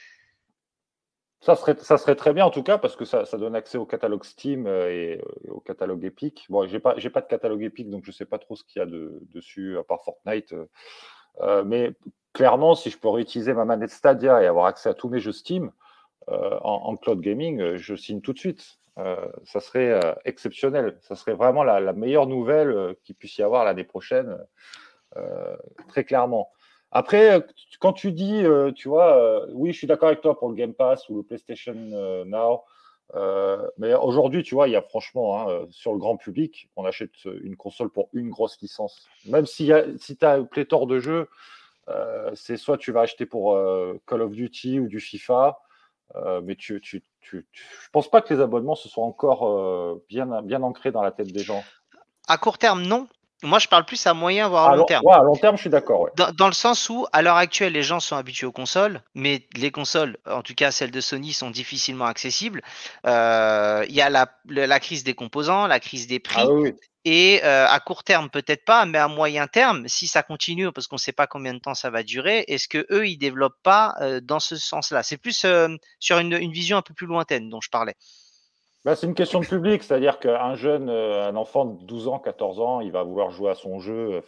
Ça serait très bien en tout cas parce que ça donne accès au catalogue Steam et au catalogue Epic. Bon, j'ai pas de catalogue Epic donc je sais pas trop ce qu'il y a dessus à part Fortnite. Mais clairement, si je peux réutiliser ma manette Stadia et avoir accès à tous mes jeux Steam en cloud gaming, je signe tout de suite. Ça serait exceptionnel. Ça serait vraiment la meilleure nouvelle qu'il puisse y avoir l'année prochaine, très clairement. Après, quand tu dis, tu vois, oui, je suis d'accord avec toi pour le Game Pass ou le PlayStation Now, mais aujourd'hui, tu vois, il y a franchement, hein, sur le grand public, on achète une console pour une grosse licence. Même si tu as pléthore de jeux, c'est soit tu vas acheter pour Call of Duty ou du FIFA, mais je pense pas que les abonnements se soient encore bien ancrés dans la tête des gens. à court terme, non. Moi, je parle plus à moyen, voire à long terme. Ouais, à long terme, je suis d'accord. Ouais. Dans le sens où, à l'heure actuelle, les gens sont habitués aux consoles, mais les consoles, en tout cas celles de Sony, sont difficilement accessibles. Il y a la crise des composants, la crise des prix. Ah oui, oui. Et à court terme, peut-être pas, mais à moyen terme, si ça continue, parce qu'on ne sait pas combien de temps ça va durer, est-ce que eux, ils développent pas dans ce sens-là? C'est plus sur une vision un peu plus lointaine dont je parlais. Bah, c'est une question de public, c'est-à-dire qu'un jeune, un enfant de 12 ans, 14 ans, il va vouloir jouer à son jeu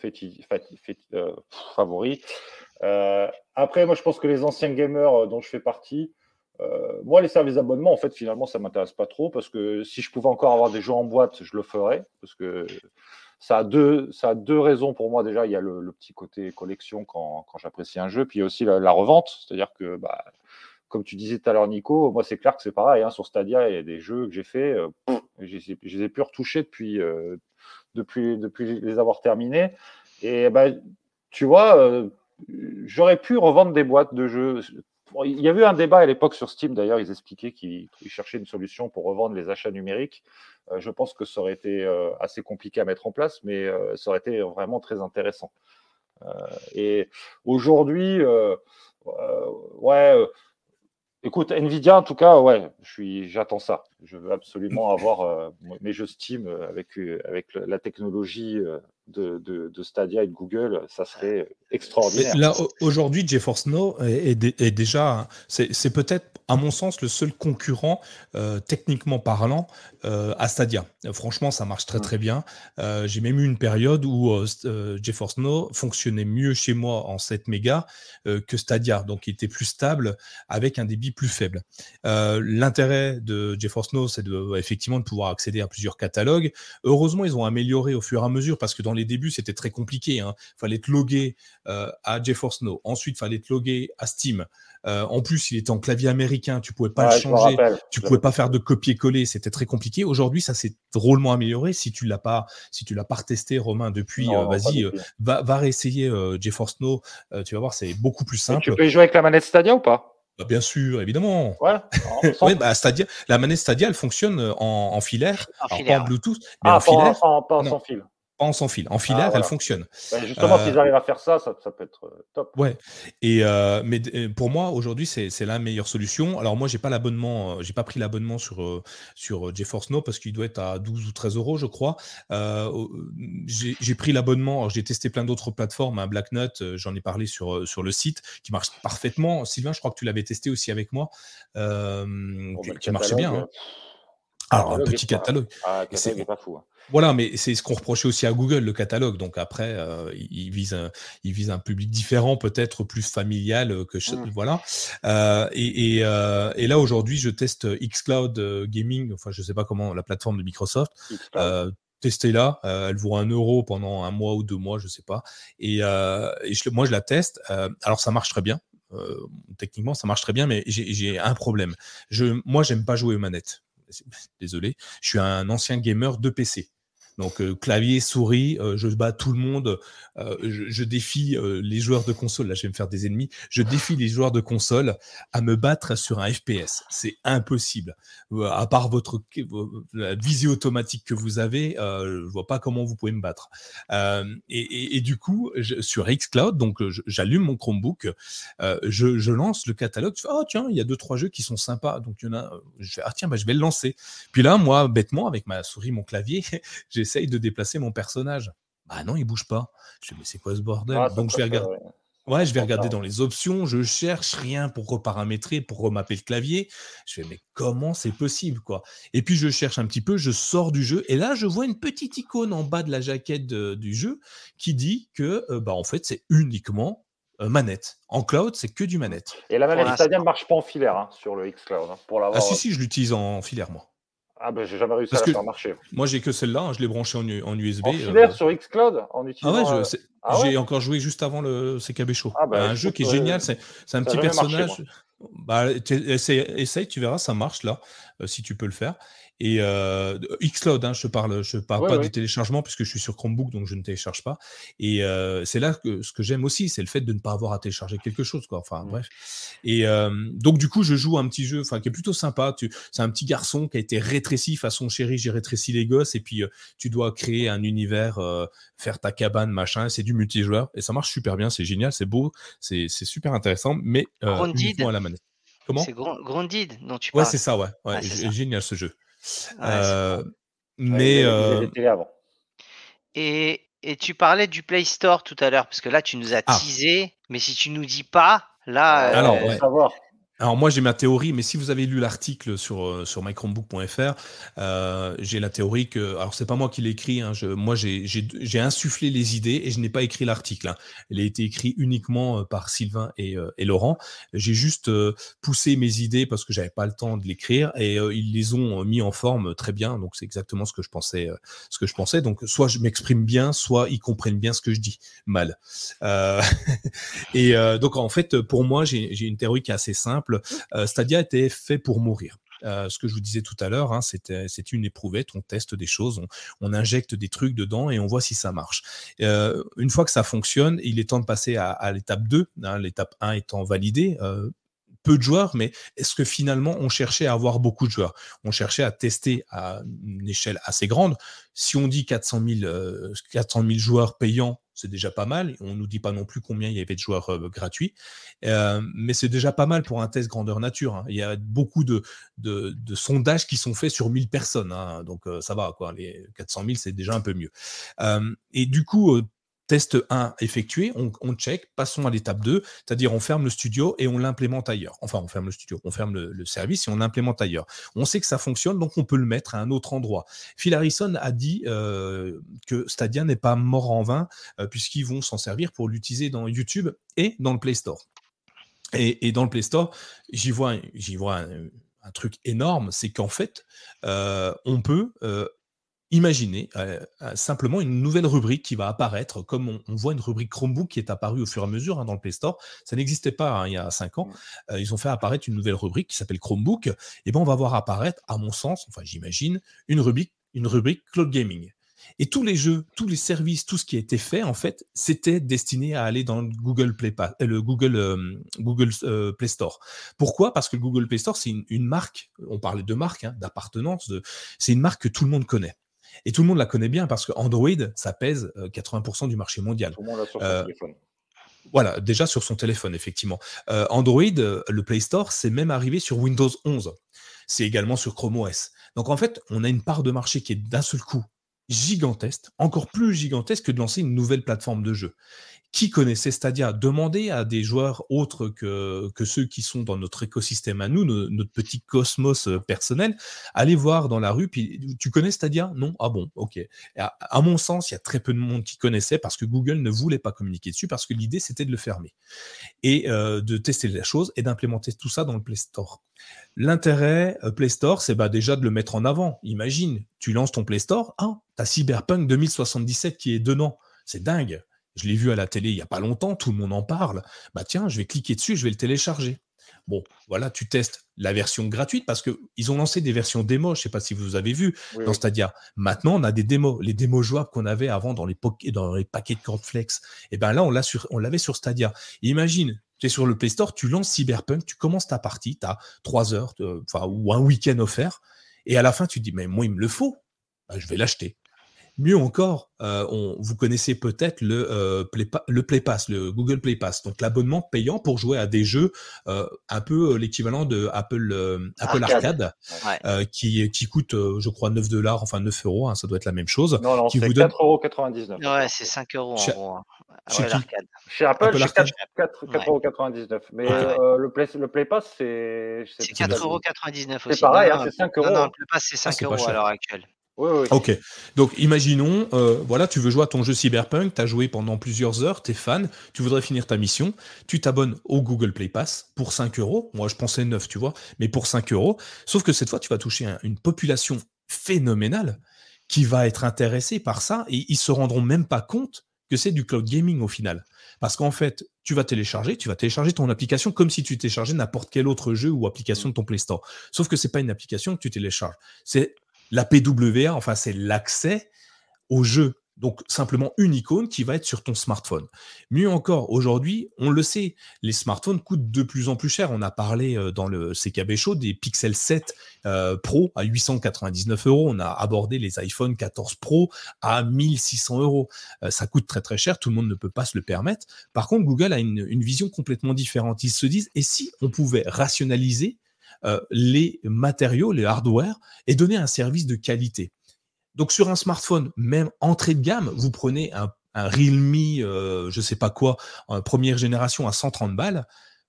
favori. Après, moi, je pense que les anciens gamers dont je fais partie, Moi, les services d'abonnement, en fait, finalement, ça m'intéresse pas trop parce que si je pouvais encore avoir des jeux en boîte, je le ferais parce que ça a deux raisons pour moi. Déjà, il y a le petit côté collection quand j'apprécie un jeu, puis il y a aussi la revente. C'est-à-dire que, bah, comme tu disais tout à l'heure, Nico, moi, c'est clair que c'est pareil. Hein, sur Stadia, il y a des jeux que j'ai fait, je les ai plus retouchés depuis les avoir terminés. Et bah, tu vois, j'aurais pu revendre des boîtes de jeux. Il y avait eu un débat à l'époque sur Steam, d'ailleurs, ils expliquaient qu'ils cherchaient une solution pour revendre les achats numériques. Je pense que ça aurait été assez compliqué à mettre en place, mais ça aurait été vraiment très intéressant. Et aujourd'hui, ouais, écoute, Nvidia, en tout cas, ouais, j'attends ça. Je veux absolument avoir mes jeux Steam avec la technologie de Stadia et de Google. Ça serait extraordinaire. Mais là, aujourd'hui, GeForce Now est déjà, c'est peut-être, à mon sens, le seul concurrent, techniquement parlant, à Stadia. Franchement, ça marche très très bien. J'ai même eu une période où GeForce Now fonctionnait mieux chez moi en 7 mégas que Stadia, donc il était plus stable avec un débit plus faible. L'intérêt de GeForce Now, c'est effectivement de pouvoir accéder à plusieurs catalogues. Heureusement, ils ont amélioré au fur et à mesure parce que dans les débuts, c'était très compliqué. Hein. Fallait te loguer à GeForce Now. Ensuite, il fallait te loguer à Steam. En plus, il était en clavier américain, tu pouvais pas le changer, tu pouvais pas faire de copier-coller, c'était très compliqué. Aujourd'hui, ça s'est drôlement amélioré. Si tu l'as pas retesté, Romain, depuis, vas-y, va réessayer GeForce Now. Tu vas voir, c'est beaucoup plus simple. Et tu peux y jouer avec la manette Stadia ou pas? Bah, bien sûr, évidemment. Ouais. Ouais, bah, Stadia, la manette Stadia, elle fonctionne en filaire, alors pas en Bluetooth, mais en filaire. Pas sans fil. Pas en sans fil. En filaire, elle fonctionne. Ben justement, s'ils arrivent à faire ça peut être top. Ouais. Et mais pour moi, aujourd'hui, c'est la meilleure solution. Alors moi, j'ai pas l'abonnement, j'ai pas pris l'abonnement sur GeForce Now parce qu'il doit être à 12 ou 13 euros, je crois. J'ai pris l'abonnement. Alors j'ai testé plein d'autres plateformes, hein, Black Nut, j'en ai parlé sur le site, qui marche parfaitement. Sylvain, je crois que tu l'avais testé aussi avec moi, qui marchait bien. Hein. Alors un petit catalogue. Le catalogue n'est pas fou. Hein. Voilà, mais c'est ce qu'on reprochait aussi à Google, le catalogue. Donc après, il vise un public différent, peut-être plus familial que voilà. Et là aujourd'hui, je teste xCloud Gaming. Enfin, je sais pas comment la plateforme de Microsoft. Testez-la, elle vaut 1 euro pendant 1 mois ou 2 mois, je sais pas. Et moi, je la teste. Alors ça marche très bien. Techniquement, ça marche très bien, mais j'ai un problème. Moi, j'aime pas jouer aux manettes. Désolé, je suis un ancien gamer de PC. Donc clavier, souris, je bats tout le monde, je défie les joueurs de console, là je vais me faire des ennemis, je défie les joueurs de console à me battre sur un FPS. C'est impossible. À part la visée automatique que vous avez, je vois pas comment vous pouvez me battre. Et du coup, sur xCloud, donc j'allume mon Chromebook, je lance le catalogue, je fais, oh tiens, il y a 2-3 jeux qui sont sympas, donc il y en a, je fais, ah tiens, bah, je vais le lancer. Puis là, moi, bêtement, avec ma souris, mon clavier, j'essaye de déplacer mon personnage. Bah non, il bouge pas. Je fais, mais c'est quoi ce bordel? Donc je vais regarder. Ouais, je vais regarder dans les options, je cherche rien pour reparamétrer, pour remapper le clavier. Je fais, mais comment c'est possible, quoi? Et puis je cherche un petit peu, je sors du jeu, et là je vois une petite icône en bas de la jaquette du jeu qui dit que, bah en fait, c'est uniquement manette. En cloud, c'est que du manette. Et la manette Stadia ne marche pas en filaire hein, sur le xCloud. Hein, pour l'avoir... Ah si, je l'utilise en filaire, moi. Ah ben j'ai jamais réussi à la faire marcher. Moi j'ai que celle-là, hein, je l'ai branchée en USB. En filaire sur xCloud en utilisant. J'ai encore joué juste avant le CKB Show. Un jeu qui est génial, c'est un petit personnage. Essaye, tu verras, ça marche là, si tu peux le faire. Et xCloud, hein, je parle pas du téléchargement puisque je suis sur Chromebook, donc je ne télécharge pas. Et c'est là que ce que j'aime aussi, c'est le fait de ne pas avoir à télécharger quelque chose, quoi. Enfin bref. Et donc du coup, je joue un petit jeu, enfin qui est plutôt sympa. C'est un petit garçon qui a été rétréci façon chérie, j'ai rétréci les gosses, et puis tu dois créer un univers, faire ta cabane, machin. C'est du multijoueur et ça marche super bien, c'est génial, c'est beau, c'est super intéressant, mais uniquement à la manette. Comment? C'est Grounded dont tu parles. Ouais, c'est ça, ouais. Génial ce jeu. Mais et tu parlais du Play Store tout à l'heure parce que là tu nous as teasé, mais si tu nous dis pas là, alors savoir. Alors moi j'ai ma théorie, mais si vous avez lu l'article sur mychromebook.fr, j'ai la théorie que, alors c'est pas moi qui l'ai écrit, hein, moi j'ai insufflé les idées et je n'ai pas écrit l'article. Hein. Il a été écrit uniquement par Sylvain et Laurent. J'ai juste poussé mes idées parce que j'avais pas le temps de l'écrire et ils les ont mis en forme très bien. Donc c'est exactement ce que je pensais. Donc soit je m'exprime bien, soit ils comprennent bien ce que je dis mal. Et donc en fait pour moi j'ai une théorie qui est assez simple. Stadia était fait pour mourir. Ce que je vous disais tout à l'heure, hein, c'est une éprouvette, on teste des choses, on injecte des trucs dedans et on voit si ça marche. Une fois que ça fonctionne, il est temps de passer à l'étape 2, hein, l'étape 1 étant validée. Peu de joueurs, mais est-ce que finalement on cherchait à avoir beaucoup de joueurs? On cherchait à tester à une échelle assez grande. Si on dit 400 000 joueurs payants, c'est déjà pas mal. On nous dit pas non plus combien il y avait de joueurs gratuits, mais c'est déjà pas mal pour un test grandeur nature. Hein. Il y a beaucoup de sondages qui sont faits sur 1000 personnes, hein. Donc ça va, quoi. Les 400 000, c'est déjà un peu mieux. Et du coup, test 1 effectué, on check, passons à l'étape 2, c'est-à-dire on ferme le studio et on l'implémente ailleurs. Enfin, on ferme le studio, on ferme le service et on l'implémente ailleurs. On sait que ça fonctionne, donc on peut le mettre à un autre endroit. Phil Harrison a dit que Stadia n'est pas mort en vain, puisqu'ils vont s'en servir pour l'utiliser dans YouTube et dans le Play Store. Et dans le Play Store, j'y vois un truc énorme, c'est qu'en fait, on peut... imaginez simplement une nouvelle rubrique qui va apparaître, comme on voit une rubrique Chromebook qui est apparue au fur et à mesure, hein, dans le Play Store. Ça n'existait pas, hein, il y a 5 ans. Ils ont fait apparaître une nouvelle rubrique qui s'appelle Chromebook. Et ben on va voir apparaître, à mon sens, enfin j'imagine, une rubrique Cloud Gaming. Et tous les jeux, tous les services, tout ce qui a été fait, en fait, c'était destiné à aller dans le Google Play Store. Pourquoi? Parce que le Google Play Store, c'est une marque, on parlait de marque, hein, d'appartenance, c'est une marque que tout le monde connaît. Et tout le monde la connaît bien parce que Android, ça pèse 80% du marché mondial. Tout le monde l'a sur son téléphone. Voilà, déjà sur son téléphone, effectivement. Android, le Play Store, c'est même arrivé sur Windows 11. C'est également sur Chrome OS. Donc en fait, on a une part de marché qui est d'un seul coup gigantesque, encore plus gigantesque que de lancer une nouvelle plateforme de jeu. Qui connaissait Stadia? Demandez à des joueurs autres que ceux qui sont dans notre écosystème à nous, notre petit cosmos personnel. Allez voir dans la rue, puis tu connais Stadia? Non? Ah bon, ok. À mon sens, il y a très peu de monde qui connaissait parce que Google ne voulait pas communiquer dessus, parce que l'idée c'était de le fermer et de tester la chose et d'implémenter tout ça dans le Play Store. L'intérêt Play Store, c'est déjà de le mettre en avant. Imagine, tu lances ton Play Store, t'as Cyberpunk 2077 qui est dedans. C'est dingue. Je l'ai vu à la télé il n'y a pas longtemps, tout le monde en parle. Tiens, je vais cliquer dessus, je vais le télécharger. Bon, voilà, tu testes la version gratuite parce qu'ils ont lancé des versions démo. Je ne sais pas si vous avez vu dans Stadia. Maintenant, on a des démos. Les démos jouables qu'on avait avant dans les paquets de cornflakes. Et bien là, on l'avait sur Stadia. Et imagine, tu es sur le Play Store, tu lances Cyberpunk, tu commences ta partie, tu as 3 heures ou un week-end offert. Et à la fin, tu te dis, mais moi, il me le faut. Je vais l'acheter. Mieux encore, vous connaissez peut-être le Play Pass, le Google Play Pass, donc l'abonnement payant pour jouer à des jeux un peu l'équivalent de Apple Arcade, qui coûte, je crois, $9, enfin 9 €, hein, ça doit être la même chose. Non, qui c'est vous donne... 4,99 €. Ouais, c'est 5 € en gros. Chez qui? Chez Apple, c'est 4,99 €. Mais le Play Pass, c'est 4,99 € aussi. C'est pareil, c'est 5 €. Non, le Play Pass, c'est 5 € à l'heure actuelle. Oui. Ok, donc imaginons, voilà, tu veux jouer à ton jeu Cyberpunk, tu as joué pendant plusieurs heures, tu es fan, tu voudrais finir ta mission, tu t'abonnes au Google Play Pass pour 5 €, moi je pensais 9, tu vois, mais pour 5 €, sauf que cette fois tu vas toucher une population phénoménale qui va être intéressée par ça et ils se rendront même pas compte que c'est du cloud gaming au final. Parce qu'en fait, tu vas télécharger ton application comme si tu téléchargeais n'importe quel autre jeu ou application de ton Play Store. Sauf que c'est pas une application que tu télécharges, c'est la PWA, enfin c'est l'accès au jeu. Donc simplement une icône qui va être sur ton smartphone. Mieux encore, aujourd'hui, on le sait, les smartphones coûtent de plus en plus cher. On a parlé dans le CKB Show des Pixel 7 Pro à 899 €. On a abordé les iPhone 14 Pro à 1600 €. Ça coûte très très cher, tout le monde ne peut pas se le permettre. Par contre, Google a une vision complètement différente. Ils se disent, et si on pouvait rationaliser les matériaux, les hardware, et donner un service de qualité. Donc sur un smartphone, même entrée de gamme, vous prenez un Realme, je sais pas quoi, première génération à 130 balles,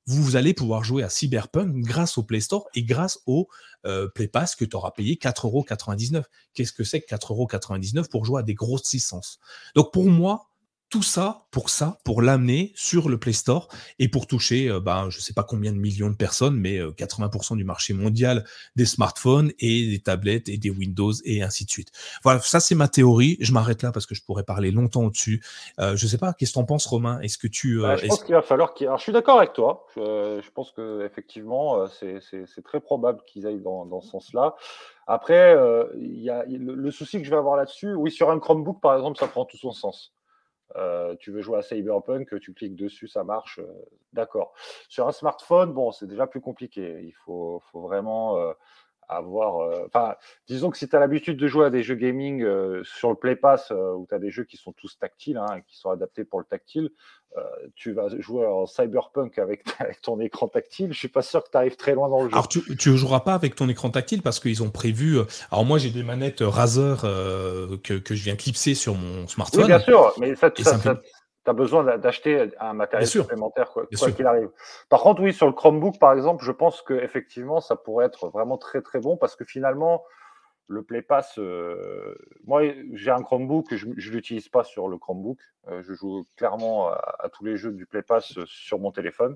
vous allez pouvoir jouer à Cyberpunk grâce au Play Store et grâce au Play Pass que tu auras payé 4,99 €. Qu'est-ce que c'est que 4,99 € pour jouer à des grosses licences? Donc pour moi, tout ça, pour l'amener sur le Play Store et pour toucher, je sais pas combien de millions de personnes, mais 80% du marché mondial des smartphones et des tablettes et des Windows et ainsi de suite. Voilà, ça c'est ma théorie. Je m'arrête là parce que je pourrais parler longtemps au-dessus. Je sais pas, qu'est-ce que t'en penses, Romain? Est-ce que tu, Je pense qu'il va falloir Alors, je suis d'accord avec toi. Je pense qu'effectivement, c'est très probable qu'ils aillent dans ce sens-là. Après, il y a le souci que je vais avoir là-dessus. Oui, sur un Chromebook, par exemple, ça prend tout son sens. Tu veux jouer à Cyberpunk, tu cliques dessus, ça marche, d'accord. Sur un smartphone, bon, c'est déjà plus compliqué. Il faut vraiment avoir. Enfin, disons que si tu as l'habitude de jouer à des jeux gaming sur le Play Pass, où tu as des jeux qui sont tous tactiles, hein, qui sont adaptés pour le tactile, tu vas jouer en Cyberpunk avec ton écran tactile. Je suis pas sûr que tu arrives très loin dans le jeu. Alors tu joueras pas avec ton écran tactile parce qu'ils ont prévu. Alors moi j'ai des manettes Razer que je viens clipser sur mon smartphone. Oui, bien sûr, mais tu Et ça me fait- as besoin d'acheter un matériel Bien sûr, supplémentaire, quoi bien quoi sûr. qu'il arrive. Par contre, oui, sur le Chromebook, par exemple, je pense qu'effectivement, ça pourrait être vraiment très, très bon parce que finalement, le Play Pass, moi, j'ai un Chromebook, je ne l'utilise pas sur le Chromebook. Je joue clairement à tous les jeux du Play Pass sur mon téléphone.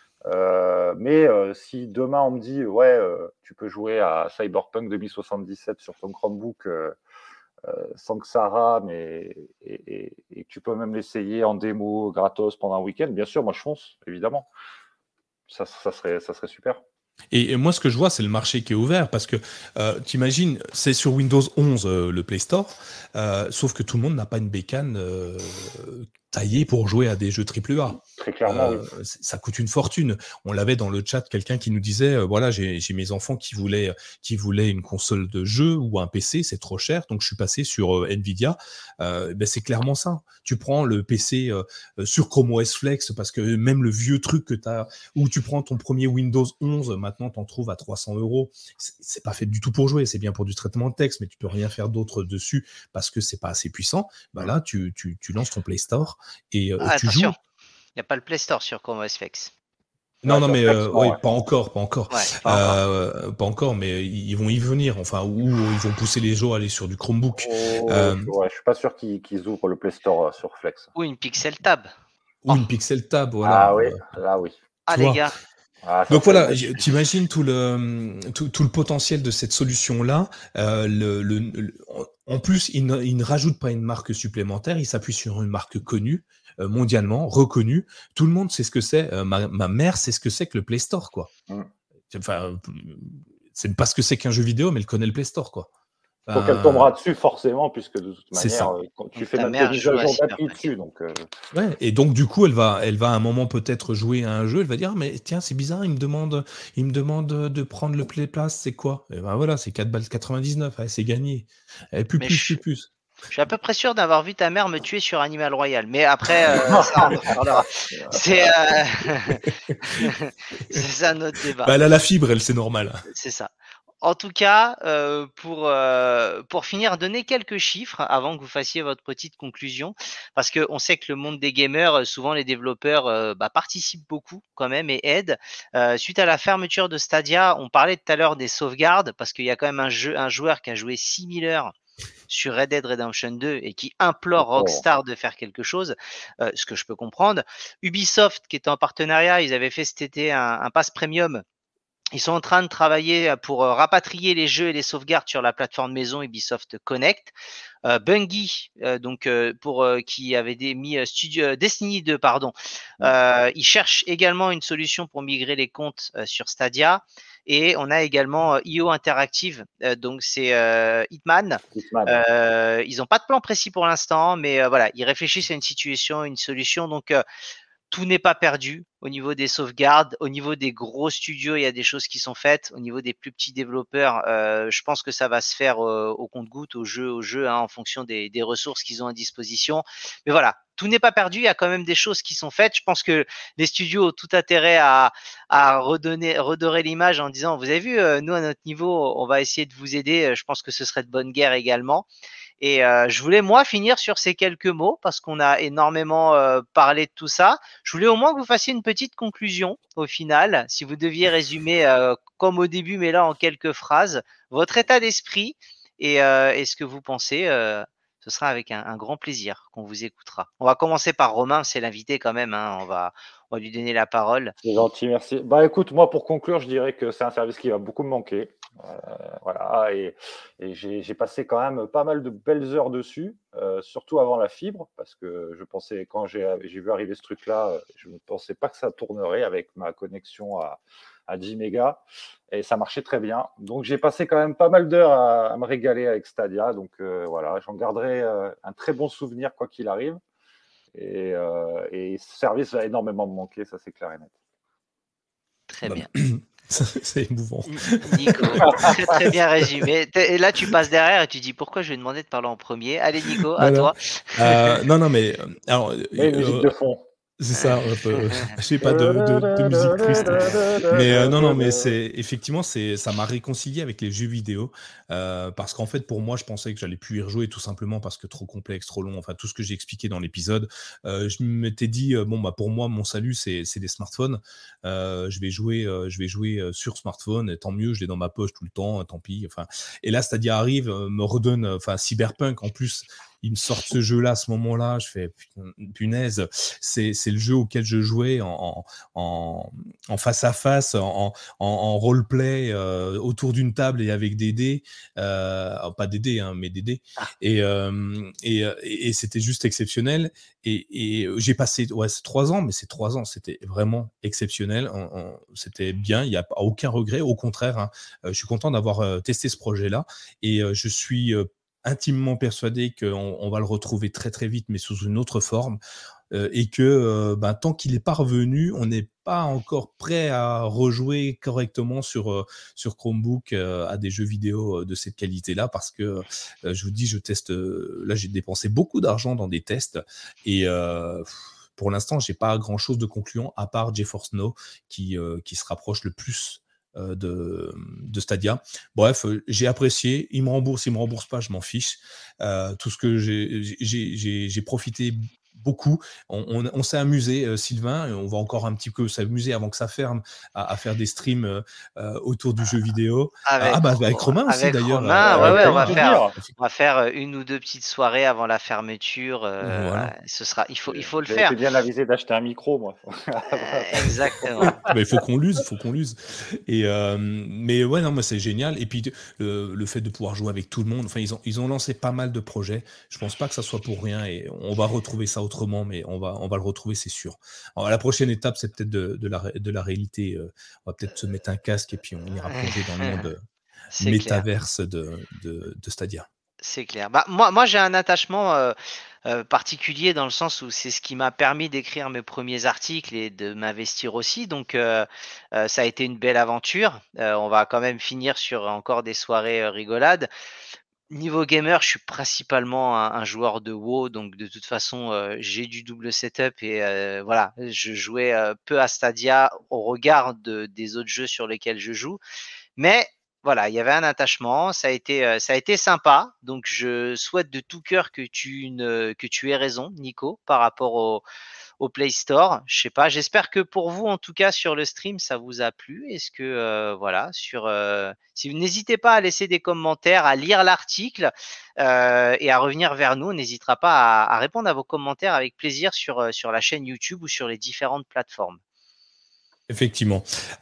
Mais si demain on me dit, ouais, tu peux jouer à Cyberpunk 2077 sur ton Chromebook sans que ça rame et que tu peux même l'essayer en démo gratos pendant un week-end, bien sûr, moi je fonce, évidemment. Ça serait super. Et moi, ce que je vois, c'est le marché qui est ouvert parce que t'imagines, c'est sur Windows 11 le Play Store, sauf que tout le monde n'a pas une bécane taillée pour jouer à des jeux AAA. Très clairement, oui. Ça coûte une fortune. On l'avait dans le chat, quelqu'un qui nous disait, voilà, j'ai mes enfants qui voulaient une console de jeu ou un PC, c'est trop cher, donc je suis passé sur Nvidia. C'est clairement ça. Tu prends le PC sur Chrome OS Flex parce que même le vieux truc que tu as, où tu prends ton premier Windows 11, maintenant t'en trouves à 300 €. C'est pas fait du tout pour jouer, c'est bien pour du traitement de texte, mais tu peux rien faire d'autre dessus parce que c'est pas assez puissant. Là, tu lances ton Play Store et tu joues. Attention, il n'y a pas le Play Store sur Chrome OS Flex. Non, Sur mais Flex, non, oui, ouais. pas encore. Ouais, pas Pas encore, mais ils vont y venir. Enfin, ou ils vont pousser les gens à aller sur du Chromebook. Ouais, je suis pas sûr qu'ils ouvrent le Play Store sur Flex. Ou une Pixel Tab. Ou une Pixel Tab, voilà. Ah oui, là oui. Ah Tu les vois. gars, Donc voilà, t'imagines tout le potentiel de cette solution-là. En plus, il ne rajoute pas une marque supplémentaire, il s'appuie sur une marque connue, mondialement, reconnue. Tout le monde sait ce que c'est. Ma mère sait ce que c'est que le Play Store, quoi. Enfin, c'est pas ce que c'est qu'un jeu vidéo, mais elle connaît le Play Store, quoi. Donc elle tombera dessus forcément, puisque de toute C'est manière, ça. tu Donc fais ta même mère tes mises joue à à jour d'appli Cyberpunk. dessus. Donc, Ouais, et donc du coup, elle va à un moment peut-être jouer à un jeu, elle va dire, ah, mais tiens, c'est bizarre, il me demande de prendre le Play Pass, c'est quoi? Et ben voilà, c'est 4,99 €, ouais, c'est gagné. Et plus. Je suis à peu près sûr d'avoir vu ta mère me tuer sur Animal Royale. Mais après, ça, on en reparlera. C'est c'est un autre débat. Elle a la fibre, elle, c'est normal. C'est ça. En tout cas, pour finir, donner quelques chiffres avant que vous fassiez votre petite conclusion, parce qu'on sait que le monde des gamers, souvent les développeurs participent beaucoup quand même et aident. Suite à la fermeture de Stadia, on parlait tout à l'heure des sauvegardes, parce qu'il y a quand même un joueur qui a joué 6000 heures sur Red Dead Redemption 2 et qui implore Rockstar de faire quelque chose, ce que je peux comprendre. Ubisoft, qui était en partenariat, ils avaient fait cet été un pass premium. Ils sont en train de travailler pour rapatrier les jeux et les sauvegardes sur la plateforme maison Ubisoft Connect. Bungie, qui avait mis Destiny 2, pardon. Ils cherchent également une solution pour migrer les comptes sur Stadia. Et on a également IO Interactive, donc c'est Hitman. Ils n'ont pas de plan précis pour l'instant, mais voilà, ils réfléchissent à une solution. Donc tout n'est pas perdu au niveau des sauvegardes, au niveau des gros studios, il y a des choses qui sont faites. Au niveau des plus petits développeurs, je pense que ça va se faire au compte-gouttes, au jeu, en fonction des ressources qu'ils ont à disposition. Mais voilà, tout n'est pas perdu. Il y a quand même des choses qui sont faites. Je pense que les studios ont tout intérêt à redorer l'image en disant, vous avez vu, nous à notre niveau, on va essayer de vous aider. Je pense que ce serait de bonne guerre également. Et je voulais, moi, finir sur ces quelques mots parce qu'on a énormément parlé de tout ça. Je voulais au moins que vous fassiez une petite conclusion au final, si vous deviez résumer comme au début, mais là en quelques phrases, votre état d'esprit et ce que vous pensez. Ce sera avec un grand plaisir qu'on vous écoutera. On va commencer par Romain, c'est l'invité quand même. Hein, on va lui donner la parole. C'est gentil, merci. Bah écoute, moi pour conclure, je dirais que c'est un service qui va beaucoup me manquer. Voilà, et j'ai passé quand même pas mal de belles heures dessus, surtout avant la fibre, parce que je pensais, quand j'ai vu arriver ce truc-là, je ne pensais pas que ça tournerait avec ma connexion à 10 mégas, et ça marchait très bien. Donc j'ai passé quand même pas mal d'heures à me régaler avec Stadia, donc voilà, j'en garderai un très bon souvenir quoi qu'il arrive. Et ce service va énormément me manquer, ça c'est clair et net. Très bien. C'est émouvant. Nico, très très bien résumé. Et là, tu passes derrière et tu dis pourquoi je vais demander de parler en premier. Allez, Nico, à toi. Non, mais alors, musique de fond. C'est ça, je sais pas de musique triste. Mais non, mais c'est effectivement, ça m'a réconcilié avec les jeux vidéo parce qu'en fait, pour moi, je pensais que j'allais plus y rejouer tout simplement parce que trop complexe, trop long. Enfin, tout ce que j'ai expliqué dans l'épisode, je m'étais dit bon bah pour moi, mon salut, c'est des smartphones. Je vais jouer sur smartphone. Et tant mieux, je l'ai dans ma poche tout le temps. Tant pis. Enfin, et là, Stadia arrive, me redonne, enfin Cyberpunk en plus. Ils me sortent ce jeu-là à ce moment-là, je fais punaise, c'est le jeu auquel je jouais en face à face, en roleplay autour d'une table et avec des dés, pas des dés, hein, mais des dés, et c'était juste exceptionnel. Et j'ai passé 3 ans, mais ces 3 ans, c'était vraiment exceptionnel. C'était bien, il n'y a aucun regret, au contraire. Hein, je suis content d'avoir testé ce projet-là et je suis intimement persuadé qu'on va le retrouver très très vite, mais sous une autre forme, et que tant qu'il n'est pas revenu, on n'est pas encore prêt à rejouer correctement sur Chromebook à des jeux vidéo de cette qualité-là, parce que je vous dis, je teste. Là, j'ai dépensé beaucoup d'argent dans des tests et pour l'instant, j'ai pas grand-chose de concluant à part GeForce Now qui se rapproche le plus de Stadia. Bref, j'ai apprécié. Il me rembourse pas, je m'en fiche. Tout ce que j'ai profité beaucoup. On s'est amusé, Sylvain, et on va encore un petit peu s'amuser avant que ça ferme à faire des streams autour du jeu vidéo. Avec Romain aussi d'ailleurs. On va faire une ou deux petites soirées avant la fermeture. Voilà. Il faut le faire. J'ai bien avisé d'acheter un micro, moi. Exactement. Mais il faut qu'on l'use. Et mais ouais, non, moi c'est génial. Et puis le fait de pouvoir jouer avec tout le monde. Enfin, ils ont lancé pas mal de projets. Je pense pas que ça soit pour rien. Et on va retrouver ça autrement, mais on va le retrouver, c'est sûr. Alors, la prochaine étape, c'est peut-être de la réalité. On va peut-être se mettre un casque et puis on ira plonger dans le monde métaverse de Stadia. C'est clair. Moi, j'ai un attachement particulier dans le sens où c'est ce qui m'a permis d'écrire mes premiers articles et de m'investir aussi. Donc, ça a été une belle aventure. On va quand même finir sur encore des soirées rigolades. Niveau gamer, je suis principalement un joueur de WoW, donc de toute façon, j'ai du double setup et voilà, je jouais peu à Stadia au regard des autres jeux sur lesquels je joue. Mais voilà, il y avait un attachement, ça a été sympa. Donc je souhaite de tout cœur que tu aies raison, Nico, par rapport au Play Store. Je sais pas, j'espère que pour vous, en tout cas sur le stream, ça vous a plu. Est-ce que voilà, si vous n'hésitez pas à laisser des commentaires, à lire l'article et à revenir vers nous, on n'hésitera pas à répondre à vos commentaires avec plaisir sur la chaîne YouTube ou sur les différentes plateformes. Effectivement.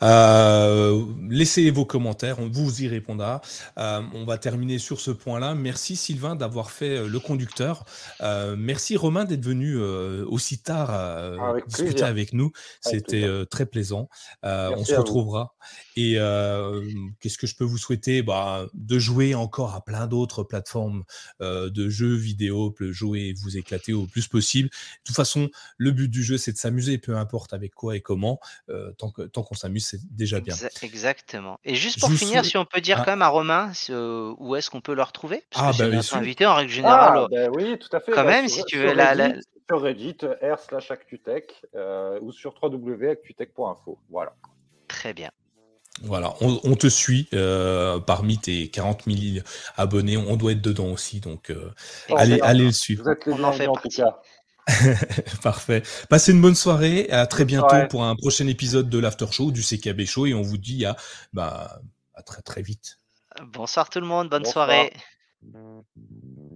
Laissez vos commentaires, on vous y répondra. On va terminer sur ce point-là. Merci Sylvain d'avoir fait le conducteur. Merci Romain d'être venu aussi tard discuter avec nous. C'était très plaisant. On se retrouvera. Et qu'est-ce que je peux vous souhaiter ? De jouer encore à plein d'autres plateformes de jeux vidéo, jouer et vous éclater au plus possible. De toute façon, le but du jeu, c'est de s'amuser, peu importe avec quoi et comment. Tant qu'on s'amuse, c'est déjà bien. Exactement. Et juste pour finir, si on peut dire quand même à Romain où est-ce qu'on peut le retrouver ? Parce que c'est notre invité en règle générale. Oui, tout à fait. Quand même, si tu veux sur Reddit, r/actutech ou sur www.actutech.info. Voilà. Très bien. Voilà, on te suit parmi tes 40 000 abonnés, on doit être dedans aussi, donc Excellent. allez le suivre. Vous êtes les On en fait bienvenus en tout partie. cas. Parfait. Passez une bonne soirée, et à très Bonne bientôt soirée. pour un prochain épisode de l'After Show, du CKB Show, et on vous dit à très très vite. Bonsoir tout le monde, bonne Bonsoir. soirée.